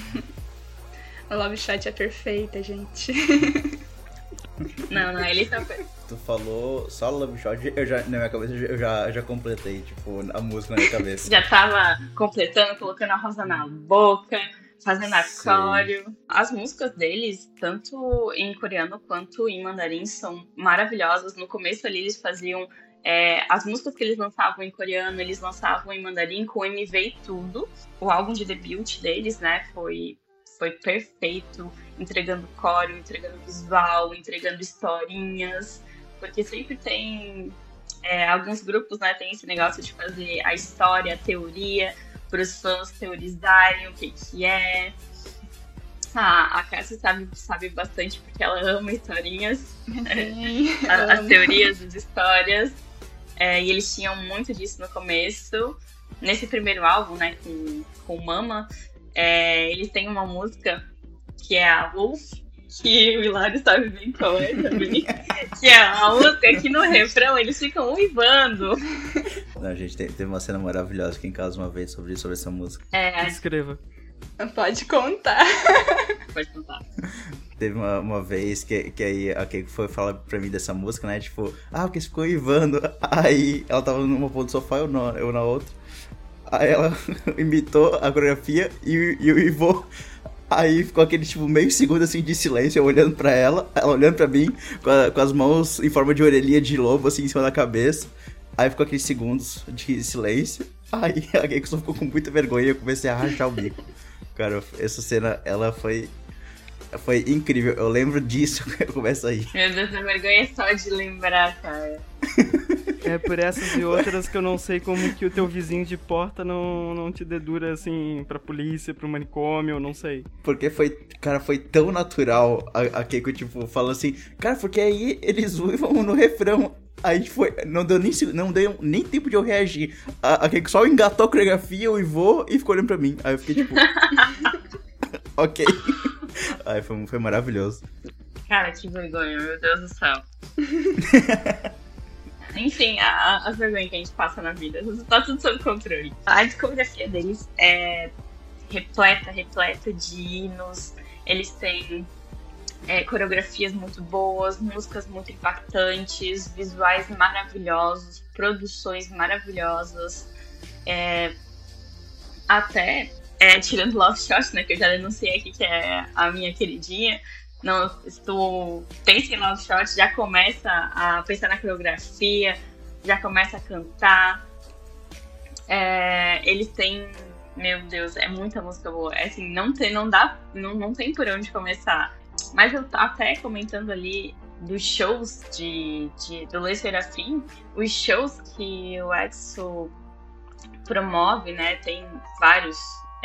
S4: A Love Shot é perfeita, gente.
S3: Não, ele tá...
S1: Tu falou só Love Shot, na minha cabeça eu já completei, tipo, a música na minha cabeça.
S3: Já tava completando, colocando a rosa na boca, fazendo acórdio. As músicas deles, tanto em coreano quanto em mandarim, são maravilhosas. No começo ali eles faziam... as músicas que eles lançavam em coreano, eles lançavam em mandarim com MV e tudo. O álbum de debut deles, né, foi perfeito, entregando córeo, entregando visual, entregando historinhas, porque sempre tem alguns grupos, né, tem esse negócio de fazer a história, a teoria, para os fãs teorizarem o que é. A Cassie sabe bastante porque ela ama historinhas, as teorias, as histórias, e eles tinham muito disso no começo. Nesse primeiro álbum, né, com Mama, eles têm uma música que é a Wolf, que o Hilário sabe bem qual é também, que é a música que no refrão eles ficam uivando.
S1: Não, gente, teve uma cena maravilhosa aqui em casa uma vez sobre essa música.
S2: Escreva.
S4: Pode contar.
S3: Pode contar.
S1: Teve uma vez que aí a Keiko foi falar pra mim dessa música, né? Tipo, porque você ficou uivando. Aí ela tava numa ponta do sofá, eu na outra. Aí ela imitou a coreografia e uivou. Aí ficou aquele tipo meio segundo assim de silêncio, eu olhando pra ela olhando pra mim, com as mãos em forma de orelhinha de lobo assim em cima da cabeça. Aí ficou aqueles segundos de silêncio. Aí a Keiko só ficou com muita vergonha e eu comecei a rachar o bico. Cara, essa cena, ela foi incrível. Eu lembro disso, eu começo a rir.
S3: Meu Deus, a vergonha é só de lembrar, cara.
S2: É por essas e outras que eu não sei como que o teu vizinho de porta não te dedura, assim, pra polícia, pro manicômio, eu não sei.
S1: Porque foi tão natural a Keiko, tipo, falou assim, cara, porque aí eles uivam no refrão. Aí não deu nem tempo de eu reagir. A Keiko só engatou a coreografia, uivou e ficou olhando pra mim. Aí eu fiquei tipo, ok. Aí foi maravilhoso.
S3: Cara, que vergonha, meu Deus do céu. Enfim, as vergonhas que a gente passa na vida, tá tudo sob controle. A discografia deles é repleta de hinos. Eles têm coreografias muito boas, músicas muito impactantes, visuais maravilhosos, produções maravilhosas. Até, tirando Love Shot, né, que eu já denunciei aqui, que é a minha queridinha. Não, pensa em Love Shot, já começa a pensar na coreografia, já começa a cantar. Eles têm Meu Deus, é muita música boa. É assim, não tem por onde começar. Mas eu até comentando ali dos shows do Le Sserafim, os shows que o EXO promove, né? Tem vários,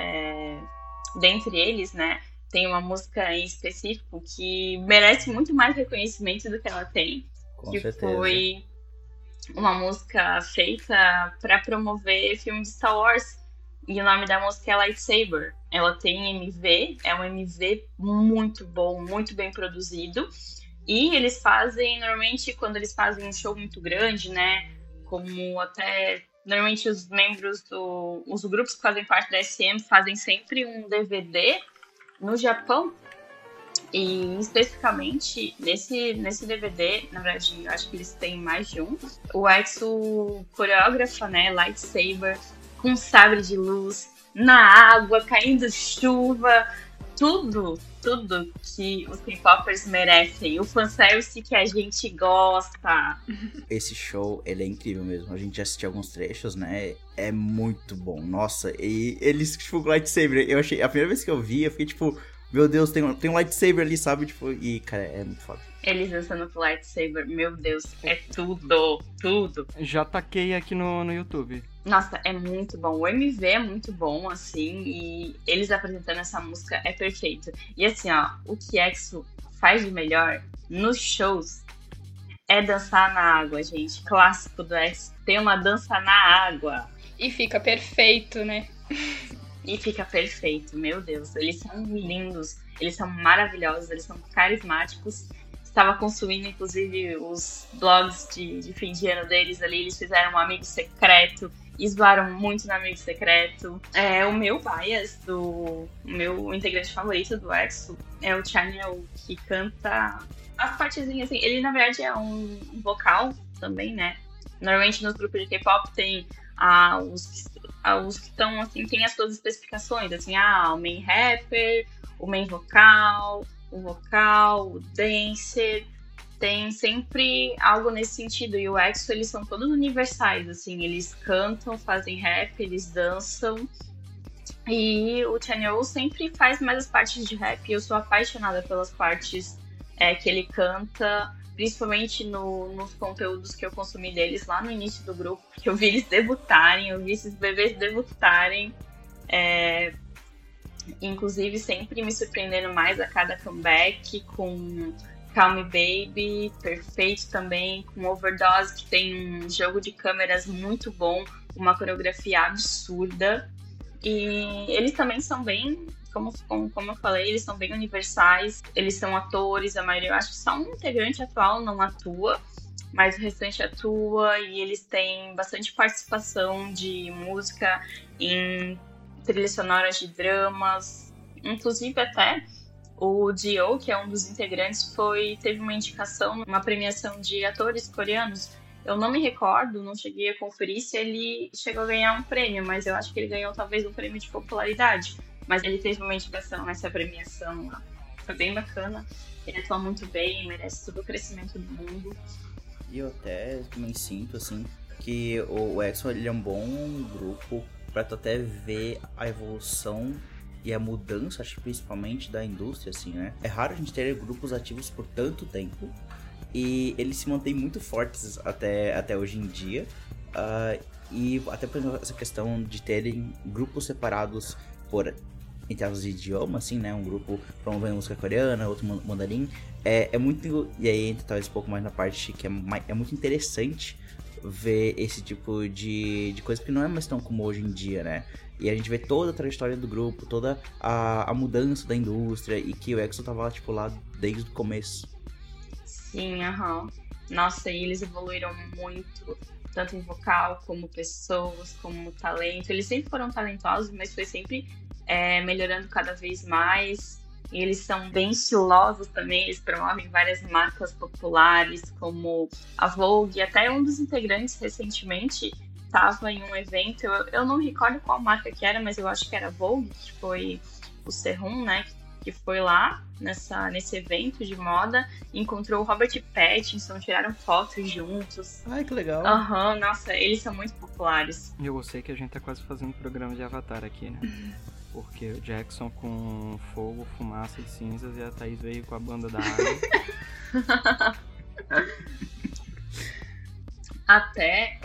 S3: dentre eles, né? Tem uma música em específico que merece muito mais reconhecimento do que ela tem.
S1: Com
S3: que
S1: certeza.
S3: Foi uma música feita para promover filme de Star Wars. E o nome da música é Lightsaber. Ela tem MV, é um MV muito bom, muito bem produzido. E eles fazem, normalmente, quando eles fazem um show muito grande, né? Como até, normalmente os membros os grupos que fazem parte da SM fazem sempre um DVD no Japão. E especificamente nesse DVD, na verdade, eu acho que eles têm mais de um. O EXO coreógrafa, né? Lightsaber, com sabre de luz, na água, caindo chuva, tudo que os K-popers merecem, o fanservice que a gente gosta.
S1: Esse show, ele é incrível mesmo, a gente já assistiu alguns trechos, né, é muito bom, nossa, e eles, tipo, com lightsaber, eu achei, a primeira vez que eu vi, eu fiquei tipo, meu Deus, tem um lightsaber ali, sabe, tipo, e, cara, é muito foda.
S3: Eles dançando com lightsaber, meu Deus, é tudo.
S2: Já taquei aqui no YouTube.
S3: Nossa, é muito bom. O MV é muito bom, assim, e eles apresentando essa música é perfeito. E assim, ó, o que EXO faz de melhor nos shows é dançar na água, gente. Clássico do EXO, tem uma dança na água.
S4: E fica perfeito, né?
S3: E fica perfeito, meu Deus. Eles são lindos, eles são maravilhosos, eles são carismáticos. Estava consumindo, inclusive, os blogs de fim de ano deles ali. Eles fizeram um amigo secreto e zoaram muito no amigo secreto. O meu bias, o meu integrante favorito do EXO é o Chanyeol, que canta as partezinhas assim. Ele, na verdade, é um vocal também, né? Normalmente nos grupos de K-pop tem os que estão, assim, tem as suas especificações, assim, o main rapper, o main vocal, o dancer, tem sempre algo nesse sentido. E o EXO, eles são todos universais, assim, eles cantam, fazem rap, eles dançam. E o Chanyeol sempre faz mais as partes de rap, e eu sou apaixonada pelas partes que ele canta, principalmente nos conteúdos que eu consumi deles lá no início do grupo, que eu vi eles debutarem, eu vi esses bebês debutarem. Inclusive, sempre me surpreendendo mais a cada comeback, com Calm Me Baby, perfeito também, com Overdose, que tem um jogo de câmeras muito bom, uma coreografia absurda. E eles também são bem, como eu falei, eles são bem universais, eles são atores, a maioria, eu acho que só um integrante atual não atua, mas o restante atua, e eles têm bastante participação de música em trilhas sonoras de dramas. Inclusive até o Dio, que é um dos integrantes, teve uma indicação numa premiação de atores coreanos. Eu não me recordo, não cheguei a conferir se ele chegou a ganhar um prêmio, mas eu acho que ele ganhou talvez um prêmio de popularidade. Mas ele teve uma indicação nessa premiação lá. Foi bem bacana. Ele atua muito bem, merece todo o crescimento do mundo.
S1: E eu até também sinto, assim, que o EXO, ele é um bom grupo pra tu até ver a evolução e a mudança, acho que principalmente da indústria, assim, né? É raro a gente ter grupos ativos por tanto tempo e eles se mantêm muito fortes até hoje em dia. E até por exemplo, essa questão de terem grupos separados por, em termos de idioma, assim, né? Um grupo promovendo música coreana, outro mandarim. É muito... E aí entra talvez um pouco mais na parte que é muito interessante ver esse tipo de coisa, porque não é mais tão como hoje em dia, né? E a gente vê toda a trajetória do grupo, toda a mudança da indústria, e que o EXO tava, tipo, lá desde o começo.
S3: Sim, Nossa, e eles evoluíram muito, tanto em vocal, como pessoas, como talento. Eles sempre foram talentosos, mas foi sempre melhorando cada vez mais. E eles são bem estilosos também, eles promovem várias marcas populares, como a Vogue. Até um dos integrantes, recentemente, estava em um evento, eu não recordo qual marca que era, mas eu acho que era a Vogue, que foi o Sehun, né, que foi lá nesse evento de moda, encontrou o Robert Pattinson, tiraram fotos juntos.
S1: Ai, que legal.
S3: Nossa, eles são muito populares.
S2: Eu gostei que a gente tá quase fazendo um programa de Avatar aqui, né? Porque o Jackson com fogo, fumaça e cinzas e a Thaís veio com a banda da água.
S3: Até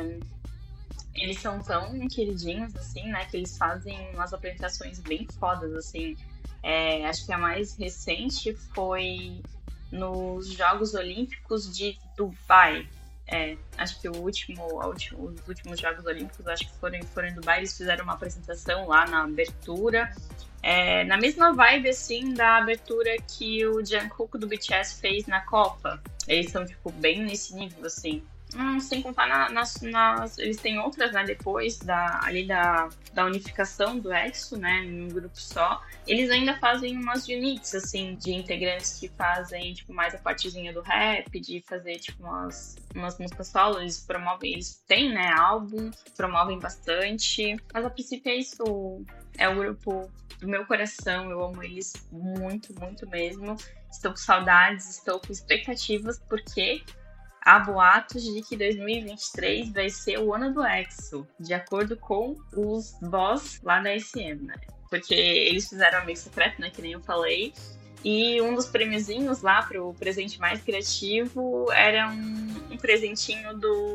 S3: eles são tão queridinhos, assim, né? Que eles fazem umas apresentações bem fodas, assim. Acho que a mais recente foi nos Jogos Olímpicos de Dubai. Acho que os últimos Jogos Olímpicos, acho que foram em Dubai, eles fizeram uma apresentação lá na abertura. Na mesma vibe, assim, da abertura que o Jungkook do BTS fez na Copa. Eles são, tipo, bem nesse nível, assim. Sem contar eles têm outras, né, depois da unificação do EXO, né, em um grupo só. Eles ainda fazem umas units, assim, de integrantes que fazem, tipo, mais a partezinha do rap, de fazer, tipo, umas músicas solo. Eles têm, né, álbum, promovem bastante. Mas a princípio é isso, é o grupo do meu coração, eu amo eles muito, muito mesmo. Estou com saudades, estou com expectativas, porque há boatos de que 2023 vai ser o ano do EXO, de acordo com os boss lá da SM, né? Porque eles fizeram amigo secreto, né? Que nem eu falei. E um dos prêmiozinhos lá pro presente mais criativo era um presentinho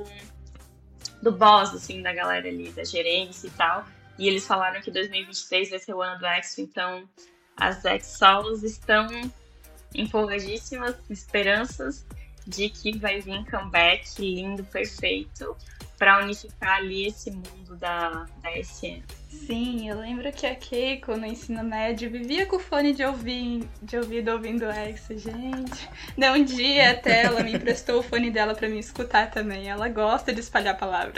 S3: do boss, assim, da galera ali, da gerência e tal. E eles falaram que 2023 vai ser o ano do EXO, então as EXO-solos estão empolgadíssimas, com esperanças de que vai vir um comeback lindo, perfeito, pra unificar ali esse mundo da SM.
S4: Sim, eu lembro que a Keiko, no ensino médio, vivia com fone de ouvido ouvindo EXO, gente. Daí um dia até ela me emprestou o fone dela pra me escutar também. Ela gosta de espalhar a palavra.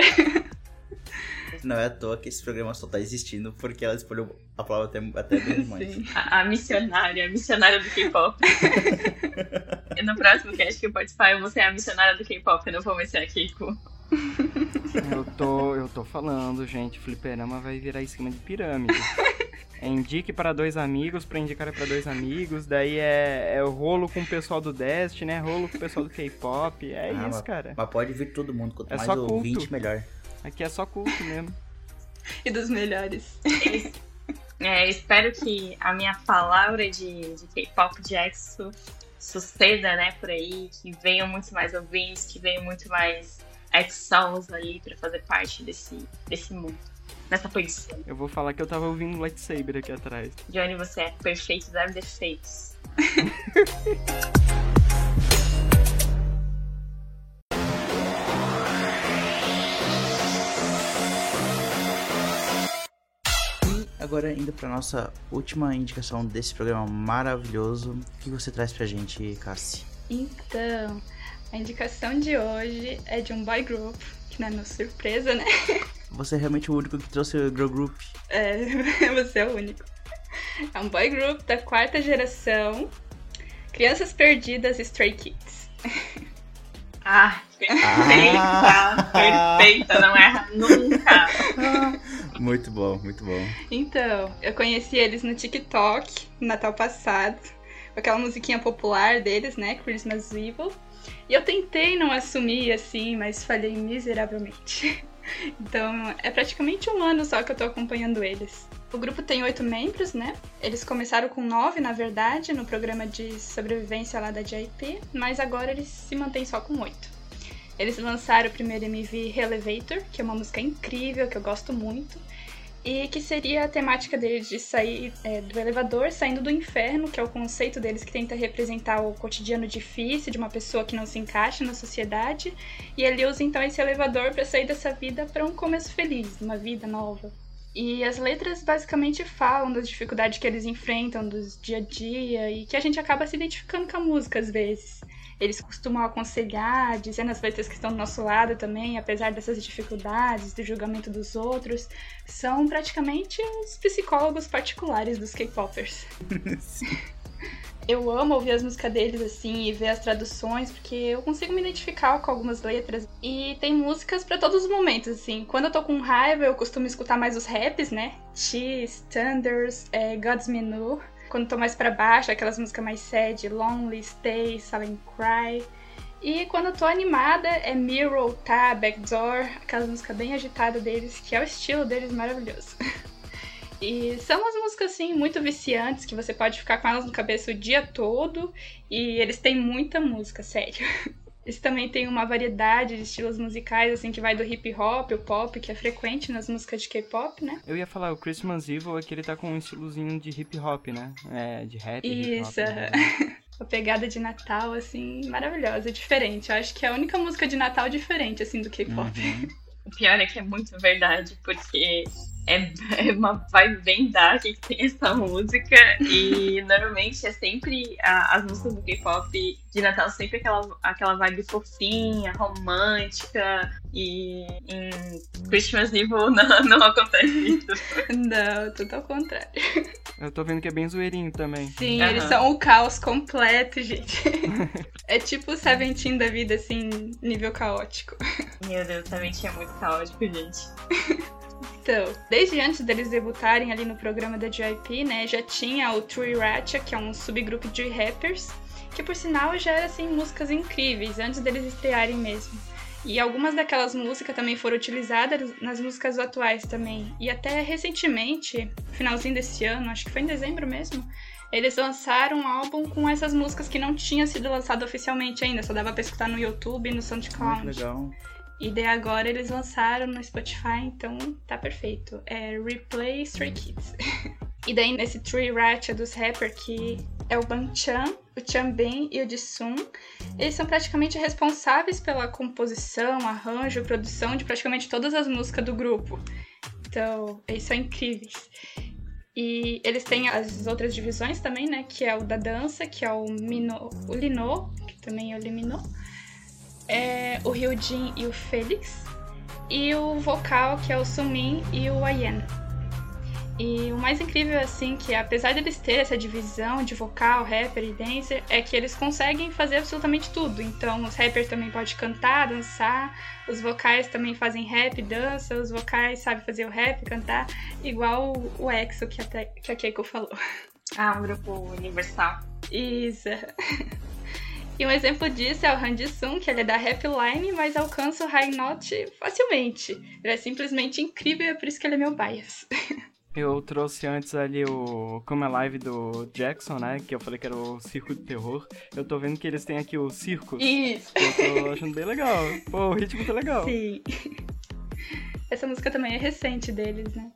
S1: Não é à toa que esse programa só tá existindo porque ela escolheu a palavra até bem demais.
S3: Sim. A missionária do K-pop. No próximo cast que eu participar, eu vou ser a missionária do K-pop, eu não vou mais ser a Keiko.
S2: Eu tô falando, gente, fliperama vai virar esquema de pirâmide. Indique para 2 amigos, pra indicar para 2 amigos, daí é o rolo com o pessoal do Destiny, né? Rolo com o pessoal do K-pop, isso, cara.
S1: Mas pode vir todo mundo, quanto mais
S2: só
S1: ouvinte,
S2: culto.
S1: melhor.
S2: Aqui é só culto mesmo.
S4: E dos melhores.
S3: Espero que a minha palavra de K-pop de EXO suceda, né, por aí, que venham muito mais ouvintes, que venham muito mais EXO-solos ali pra fazer parte desse mundo, nessa posição.
S2: Eu vou falar que eu tava ouvindo Lightsaber aqui atrás.
S3: Johnny, você é perfeito, zero defeitos.
S1: Agora, indo pra nossa última indicação desse programa maravilhoso, o que você traz pra gente, Cassi?
S4: Então, a indicação de hoje é de um boy group, que não é minha surpresa, né?
S1: Você é realmente o único que trouxe o girl group.
S4: Você é o único. É um boy group da 4ª geração, Crianças Perdidas Stray Kids.
S3: Perfeita, não erra nunca.
S1: Muito bom, muito bom.
S4: Então, eu conheci eles no TikTok, no Natal passado, com aquela musiquinha popular deles, né, Christmas Evil. E eu tentei não assumir assim, mas falhei miseravelmente. Então, é praticamente um ano só que eu tô acompanhando eles. O grupo tem 8 membros, né? Eles começaram com 9, na verdade, no programa de sobrevivência lá da JYP, mas agora eles se mantêm só com 8. Eles lançaram o primeiro MV Elevator, que é uma música incrível, que eu gosto muito, e que seria a temática deles de sair do elevador, saindo do inferno, que é o conceito deles que tenta representar o cotidiano difícil de uma pessoa que não se encaixa na sociedade, e ele usa então esse elevador para sair dessa vida para um começo feliz, uma vida nova. E as letras basicamente falam das dificuldades que eles enfrentam, dos dia a dia, e que a gente acaba se identificando com a música às vezes. Eles costumam aconselhar, dizendo as letras que estão do nosso lado também, apesar dessas dificuldades, do julgamento dos outros. São praticamente os psicólogos particulares dos K-popers. Eu amo ouvir as músicas deles, assim, e ver as traduções, porque eu consigo me identificar com algumas letras. E tem músicas pra todos os momentos, assim. Quando eu tô com raiva, eu costumo escutar mais os raps, né? X, Thunders, God's Menu. Quando tô mais pra baixo, aquelas músicas mais sad, Lonely, Stay, Silent Cry. E quando eu tô animada, é Mirror, Tá, Backdoor, aquelas músicas bem agitadas deles, que é o estilo deles maravilhoso. E são umas músicas, assim, muito viciantes, que você pode ficar com elas na cabeça o dia todo. E eles têm muita música, sério. Eles também têm uma variedade de estilos musicais, assim, que vai do hip hop, o pop, que é frequente nas músicas de K-pop, né?
S2: Eu ia falar, o Christmas Evil é que ele tá com um estilozinho de hip hop, né? De rap,
S4: Isso,
S2: hip hop. Né?
S4: A pegada de Natal, assim, maravilhosa, diferente. Eu acho que é a única música de Natal diferente, assim, do K-pop.
S3: O pior é que é muito verdade, porque é uma vibe bem dark que tem essa música, e normalmente é sempre as músicas do K-pop de Natal, sempre aquela vibe fofinha, romântica, e em Christmas Evil não acontece isso.
S4: Não, tudo ao contrário.
S2: Eu tô vendo que é bem zoeirinho também.
S4: Sim, eles são o caos completo, gente. É tipo o Seventeen da vida, assim, nível caótico.
S3: Meu Deus, Seventeen é muito caótico, gente.
S4: Então, desde antes deles debutarem ali no programa da JYP, né, já tinha o True Ratcha, que é um subgrupo de rappers, que por sinal já era, assim, músicas incríveis, antes deles estrearem mesmo. E algumas daquelas músicas também foram utilizadas nas músicas atuais também. E até recentemente, finalzinho desse ano, acho que foi em dezembro mesmo, eles lançaram um álbum com essas músicas que não tinha sido lançado oficialmente ainda, só dava pra escutar no YouTube e no SoundCloud.
S1: Legal.
S4: E daí agora eles lançaram no Spotify, então tá perfeito. É Replay Stray Kids. E daí nesse True Ratcha dos rappers, que é o Bangchan, o Chanbin e o Jisung, eles são praticamente responsáveis pela composição, arranjo e produção de praticamente todas as músicas do grupo. Então, eles são incríveis. E eles têm as outras divisões também, né? Que é o da dança, que é o Lino, que também é o Limino. O Hyojin e o Felix. E o vocal, que é o Sumin e o Ayen. E o mais incrível, assim, que apesar de eles terem essa divisão de vocal, rapper e dancer, é que eles conseguem fazer absolutamente tudo. Então, os rappers também podem cantar, dançar, os vocais também fazem rap, dança, os vocais sabem fazer o rap, cantar, igual o EXO que a Keiko falou.
S3: Um grupo universal.
S4: Isso. E um exemplo disso é o Han Ji-sung, que ele é da Rapline, mas alcança o High Note facilmente. Ele é simplesmente incrível, é por isso que ele é meu bias.
S2: Eu trouxe antes ali o Come Alive do Jackson, né? Que eu falei que era o Circo do Terror. Eu tô vendo que eles têm aqui o Circus.
S4: Isso!
S2: Eu tô achando bem legal. Pô, o ritmo tá legal.
S4: Sim. Essa música também é recente deles, né?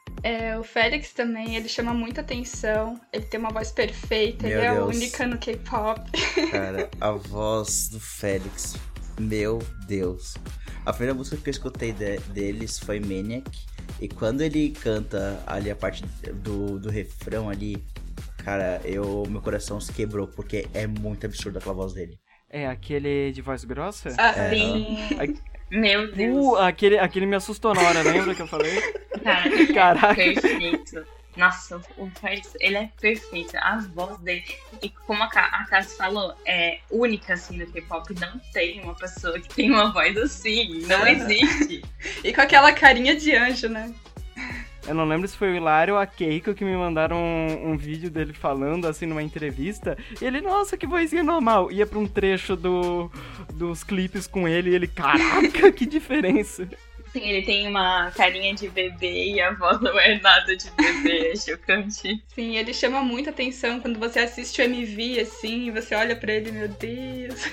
S4: O Felix também, ele chama muita atenção. Ele tem uma voz perfeita,
S1: Meu
S4: ele é
S1: Deus.
S4: única no K-pop.
S1: Cara, a voz do Felix, meu Deus. A primeira música que eu escutei deles foi Maniac. E quando ele canta ali a parte do refrão ali, cara, meu coração se quebrou, porque é muito absurdo aquela voz dele.
S2: É aquele de voz grossa?
S3: Sim. Meu Deus.
S2: Aquele me assustou na hora, lembra que eu falei?
S3: Cara,
S2: Caraca.
S3: perfeito. Nossa, o Felix, ele é perfeito. A voz dele, e como a Cassie falou, é única assim no K-pop. Não tem uma pessoa que tem uma voz assim. Não existe.
S4: E com aquela carinha de anjo, né?
S2: Eu não lembro se foi o Hilário ou a Keiko que me mandaram um vídeo dele falando, assim, numa entrevista. E ele, nossa, que vozinha normal. Ia pra um trecho dos clipes com ele e ele, caraca, que diferença.
S3: Sim, ele tem uma carinha de bebê e a voz não é nada de bebê, é chocante.
S4: Sim, ele chama muita atenção quando você assiste o MV, assim, e você olha pra ele, meu Deus.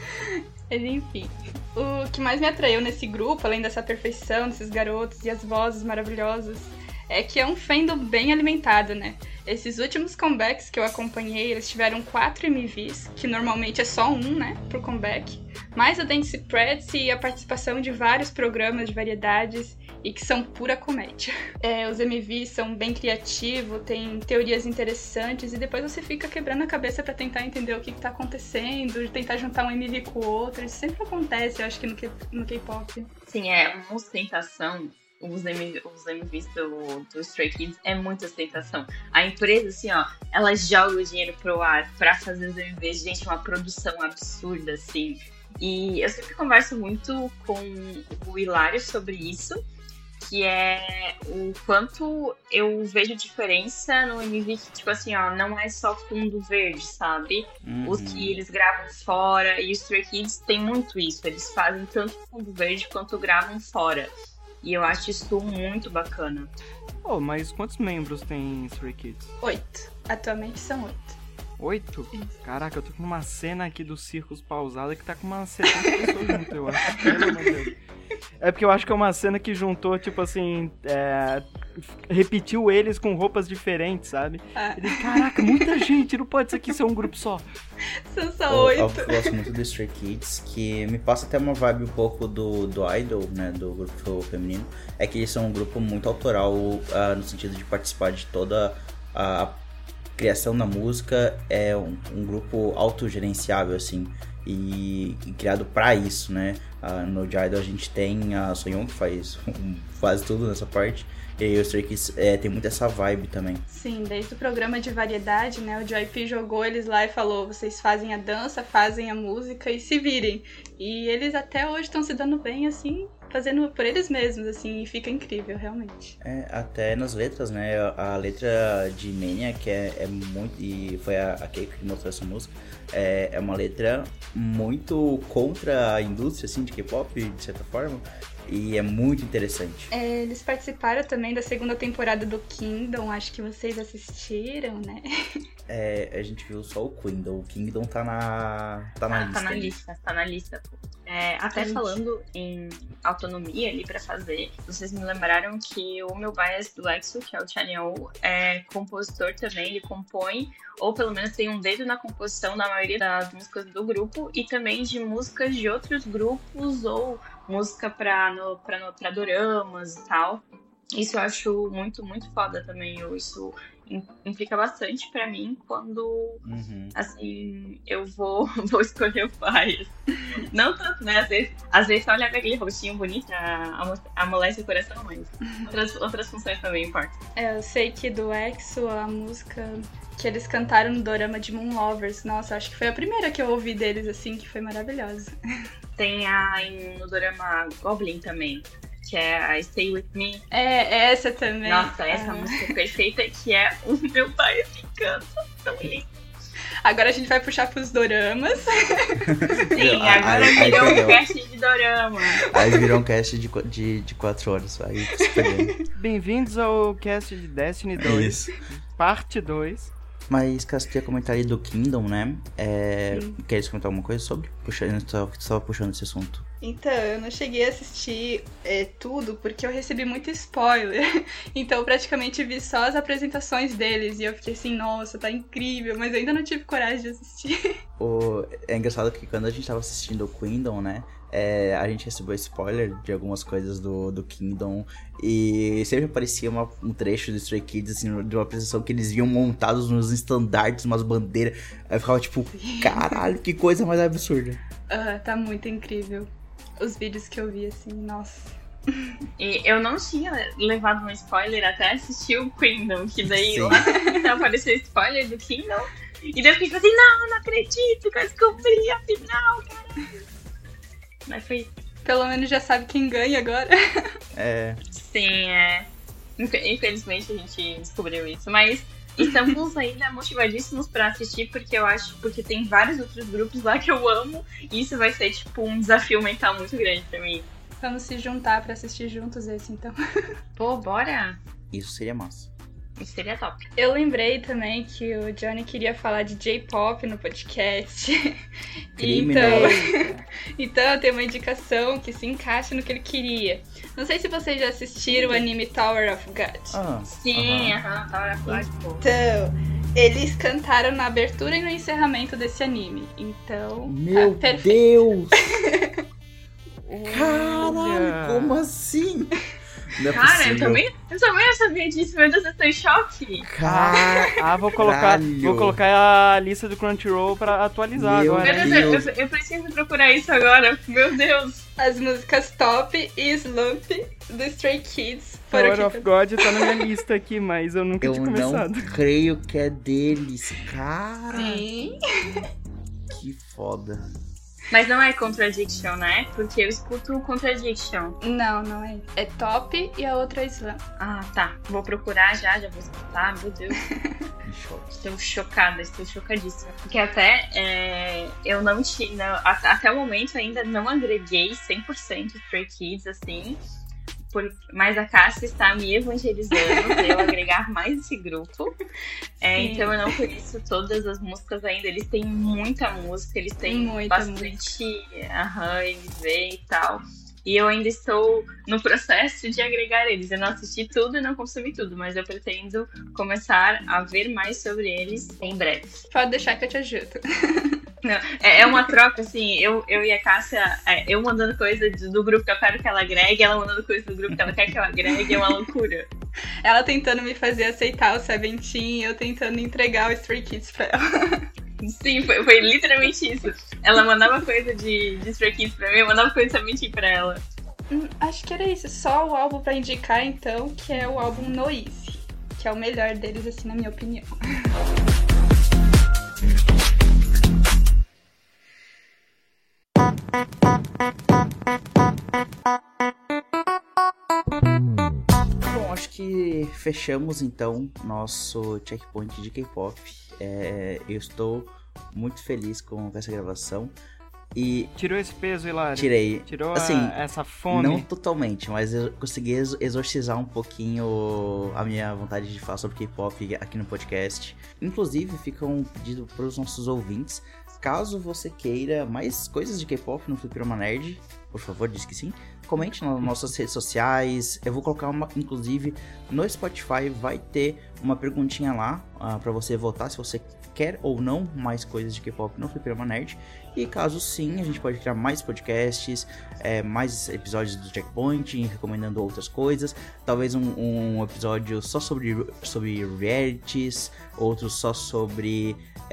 S4: Mas enfim, o que mais me atraiu nesse grupo, além dessa perfeição desses garotos e as vozes maravilhosas, é que é um fandom bem alimentado, né? Esses últimos comebacks que eu acompanhei, eles tiveram 4 MVs, que normalmente é só um, né, por comeback, mais o Dance Preds e a participação de vários programas de variedades e que são pura comédia. Os MVs são bem criativos, tem teorias interessantes e depois você fica quebrando a cabeça pra tentar entender o que tá acontecendo, tentar juntar um MV com o outro. Isso sempre acontece, eu acho que no K-pop.
S3: Sim, é uma ostentação. Os MVs do Stray Kids é muita ostentação. A empresa, assim, ó, ela joga o dinheiro pro ar pra fazer os MVs. Gente, uma produção absurda, assim. E eu sempre converso muito com o Hilário sobre isso. que é o quanto eu vejo diferença no MV, que, tipo assim, ó, não é só fundo verde, sabe? Os que eles gravam fora, e os Stray Kids tem muito isso, eles fazem tanto fundo verde quanto gravam fora. E eu acho isso muito bacana.
S2: Oh, mas quantos membros tem Stray Kids?
S4: 8. Atualmente são 8.
S2: 8? Caraca, eu tô com uma cena aqui do Circos pausada que tá com umas 70 pessoas junto, eu acho. Pelo amor de Deus. É porque eu acho que é uma cena que juntou, tipo assim, repetiu eles com roupas diferentes, sabe? Ele, caraca, muita gente, não pode isso aqui ser um grupo só.
S4: São só 8.
S1: Eu gosto muito do Stray Kids, que me passa até uma vibe um pouco do Idol, né, do grupo feminino. É que eles são um grupo muito autoral, no sentido de participar de toda a criação da música. É um grupo autogerenciável, assim, e criado pra isso, né? No Idol a gente tem a Soyeon, que faz quase tudo nessa parte, e aí o Stray Kids tem muito essa vibe também.
S4: Sim, desde o programa de variedade, né, o JYP jogou eles lá e falou, vocês fazem a dança, fazem a música e se virem. E eles até hoje estão se dando bem, assim, fazendo por eles mesmos, assim, e fica incrível, realmente.
S1: Até nas letras, né, a letra de Mania, que é muito, e foi a Keiko que mostrou essa música, é uma letra muito contra a indústria, assim, de K-pop, de certa forma, e é muito interessante.
S4: Eles participaram também da segunda temporada do Kingdom, acho que vocês assistiram, né?
S1: A gente viu só o Kingdom. O Kingdom tá na lista.
S3: Tá na lista. Até falando em autonomia ali pra fazer, vocês me lembraram que o meu bias do EXO, que é o Chanyeol, é compositor também, ele compõe, ou pelo menos tem um dedo na composição da maioria das músicas do grupo, e também de músicas de outros grupos, ou música pra doramas e tal. Isso eu acho muito, muito foda também. Isso implica bastante pra mim quando, assim, eu vou escolher o bias. Não tanto, né? Às vezes só olhar pra aquele rostinho bonito amolece o coração, mas outras funções também importam.
S4: Eu sei que do EXO, a música que eles cantaram no dorama de Moon Lovers, nossa, acho que foi a primeira que eu ouvi deles, assim, que foi maravilhosa.
S3: Tem no dorama Goblin também, que é a Stay With Me.
S4: Essa também.
S3: Nossa, essa música perfeita, que é o meu pai que canta. Tão lindo.
S4: Agora a gente vai puxar pros doramas.
S3: Sim, agora virou um cast de dorama.
S1: Aí virou um cast de 4 horas. Aí se perdendo.
S2: Bem-vindos ao cast de Destiny 2.
S1: Isso.
S2: Parte 2.
S1: Mas, caso tu ia comentar aí do Kingdom, né? Queres comentar alguma coisa sobre? Tu estava puxando esse assunto.
S4: Então, eu não cheguei a assistir tudo, porque eu recebi muito spoiler. Então, eu praticamente vi só as apresentações deles. E eu fiquei assim, nossa, tá incrível. Mas eu ainda não tive coragem de assistir.
S1: É engraçado que quando a gente tava assistindo o Kingdom, né? A gente recebeu spoiler de algumas coisas do Kingdom. E sempre aparecia um trecho do Stray Kids, assim, de uma apresentação que eles viam montados nos estandartes, umas bandeiras. Aí eu ficava tipo, caralho, que coisa mais absurda.
S4: Tá muito incrível. Os vídeos que eu vi, assim, nossa.
S3: E eu não tinha levado um spoiler até assistir o Kingdom, que daí
S1: Sim.
S3: lá apareceu spoiler do Kingdom. E daí eu fiquei assim, não acredito que eu descobri a final, caralho. Mas foi...
S4: Pelo menos já sabe quem ganha agora.
S3: Sim, infelizmente a gente descobriu isso, mas estamos ainda motivadíssimos pra assistir, porque tem vários outros grupos lá que eu amo, e isso vai ser tipo um desafio mental muito grande pra mim.
S4: Vamos se juntar pra assistir juntos esse, então.
S3: Pô, bora!
S1: Isso seria massa.
S3: Isso seria top.
S4: Eu lembrei também que o Johnny queria falar de J-pop no podcast. Então eu tenho uma indicação que se encaixa no que ele queria. Não sei se vocês já assistiram o anime Tower of God.
S3: Sim, Tower of God.
S4: Então, eles cantaram na abertura e no encerramento desse anime. Então,
S1: meu
S4: tá perfeito.
S1: Deus! Caralho, como assim? Não é
S3: cara,
S1: possível.
S3: eu também não sabia disso, meu Deus, eu tô em choque.
S2: Vou colocar a lista do Crunchyroll pra atualizar
S1: Meu
S2: agora.
S3: Meu Deus, eu preciso procurar isso agora, meu Deus.
S4: As músicas Top e Slump do Stray Kids foram
S2: Tower of God tá na minha lista aqui, mas eu nunca tinha começado.
S1: Eu não creio que é deles, cara.
S4: Sim.
S1: Que foda.
S3: Mas não é Contradiction, né? Porque eu escuto Contradiction.
S4: Não é. É Top e a outra é Slam.
S3: Ah, tá. Vou procurar já vou escutar. Meu Deus. Estou chocada, estou chocadíssima. Porque até eu não tinha... Até o momento ainda não agreguei 100% Stray Kids, assim. Mas a Cássia está me evangelizando pra eu agregar mais esse grupo. Então eu não conheço todas as músicas ainda. Eles têm muita música, eles têm bastante MV e tal. E eu ainda estou no processo de agregar eles. Eu não assisti tudo e não consumi tudo, mas eu pretendo começar a ver mais sobre eles em breve.
S4: Pode deixar que eu te ajudo.
S3: Não, é uma troca, assim, eu e a Cássia, eu mandando coisa do grupo que eu quero que ela agregue, ela mandando coisa do grupo que ela quer que eu agregue, é uma loucura.
S4: Ela tentando me fazer aceitar o Seventeen, eu tentando entregar o Stray Kids pra ela.
S3: Sim, foi literalmente isso. Ela mandava coisa de Stray Kids pra mim, eu mandava coisa de Seventeen pra ela.
S4: Acho que era isso, só o álbum pra indicar, então, que é o álbum Noise, que é o melhor deles, assim, na minha opinião.
S1: Bom, acho que fechamos então nosso checkpoint de K-pop. Eu estou muito feliz com essa gravação. E
S2: tirou esse peso, Hilário?
S1: Tirei.
S2: Tirou
S1: assim,
S2: essa fome?
S1: Não totalmente, mas eu consegui exorcizar um pouquinho a minha vontade de falar sobre K-pop aqui no podcast. Inclusive, fica um pedido para os nossos ouvintes. Caso você queira mais coisas de K-pop no Fliperama Nerd, por favor, diz que sim. Comente nas nossas redes sociais. Eu vou colocar inclusive, no Spotify vai ter uma perguntinha lá pra você votar se você quer ou não mais coisas de K-pop no Fliperama Nerd. E caso sim, a gente pode criar mais podcasts, mais episódios do Checkpoint, recomendando outras coisas. Talvez um episódio só sobre realities, outro só sobre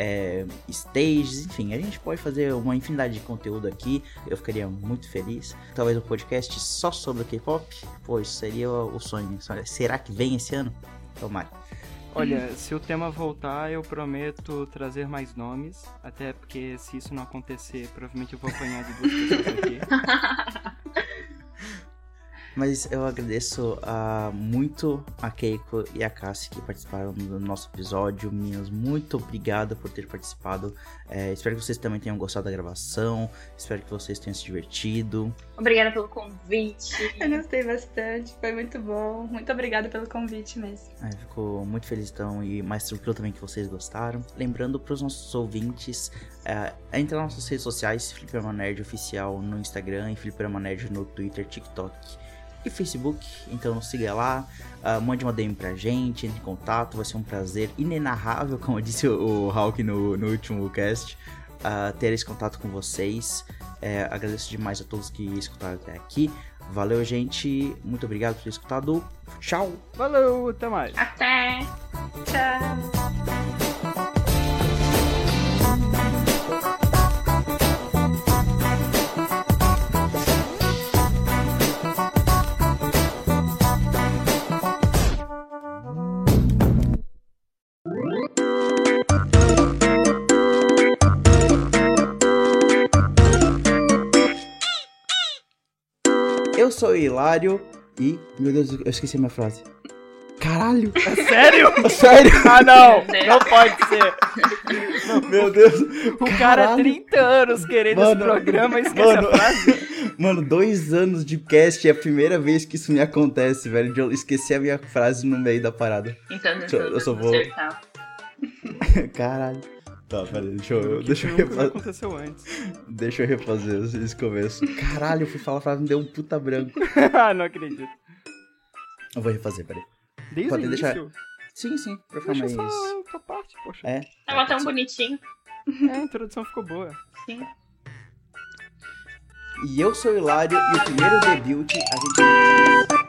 S1: stages, enfim, a gente pode fazer uma infinidade de conteúdo aqui. Eu ficaria muito feliz. Talvez um podcast só sobre o K-pop, pois seria o sonho. Será que vem esse ano? Tomara.
S2: Olha, se o tema voltar, eu prometo trazer mais nomes, até porque se isso não acontecer, provavelmente eu vou apanhar de 2 pessoas aqui.
S1: Mas eu agradeço muito a Keiko e a Cassie que participaram do nosso episódio. Meninas, muito obrigado por ter participado. Espero que vocês também tenham gostado da gravação. Espero que vocês tenham se divertido.
S3: Obrigada pelo convite.
S4: Eu gostei bastante, foi muito bom. Muito obrigada pelo convite mesmo.
S1: Fico muito feliz então e mais tranquilo também que vocês gostaram. Lembrando para os nossos ouvintes, entre nas nossas redes sociais, Fliperama Nerd Oficial no Instagram e Fliperama Nerd no Twitter, TikTok e Facebook, então siga lá, mande uma DM pra gente, entre em contato, vai ser um prazer inenarrável, como disse o Hulk no último cast, ter esse contato com vocês. Agradeço demais a todos que escutaram até aqui. Valeu, gente, muito obrigado por ter escutado. Tchau!
S2: Valeu, até mais!
S3: Até!
S4: Tchau!
S1: Eu sou o Hilário e... Meu Deus, eu esqueci a minha frase. Caralho!
S2: É sério?
S1: Sério?
S2: Ah, não! Não pode ser! Não,
S1: meu Deus!
S2: O cara há 30 anos querendo esse programa e esquece a frase.
S1: Mano, 2 anos de cast é a primeira vez que isso me acontece, velho. De eu esquecer a minha frase no meio da parada.
S3: Então,
S1: eu só vou... Caralho. Tá, peraí, deixa eu refazer.
S2: Aconteceu antes.
S1: Deixa eu refazer esse começo. Caralho, eu fui falar a frase e me deu um puta branco.
S2: Não acredito.
S1: Eu vou refazer, peraí.
S2: Desde
S1: pode
S2: o início?
S1: deixar. Sim, pra ficar mais...
S2: Deixa só a tua parte, poxa.
S3: Tava tão bonitinho.
S2: A introdução ficou boa.
S3: Sim.
S1: E eu sou o Hilário e o primeiro debut a gente...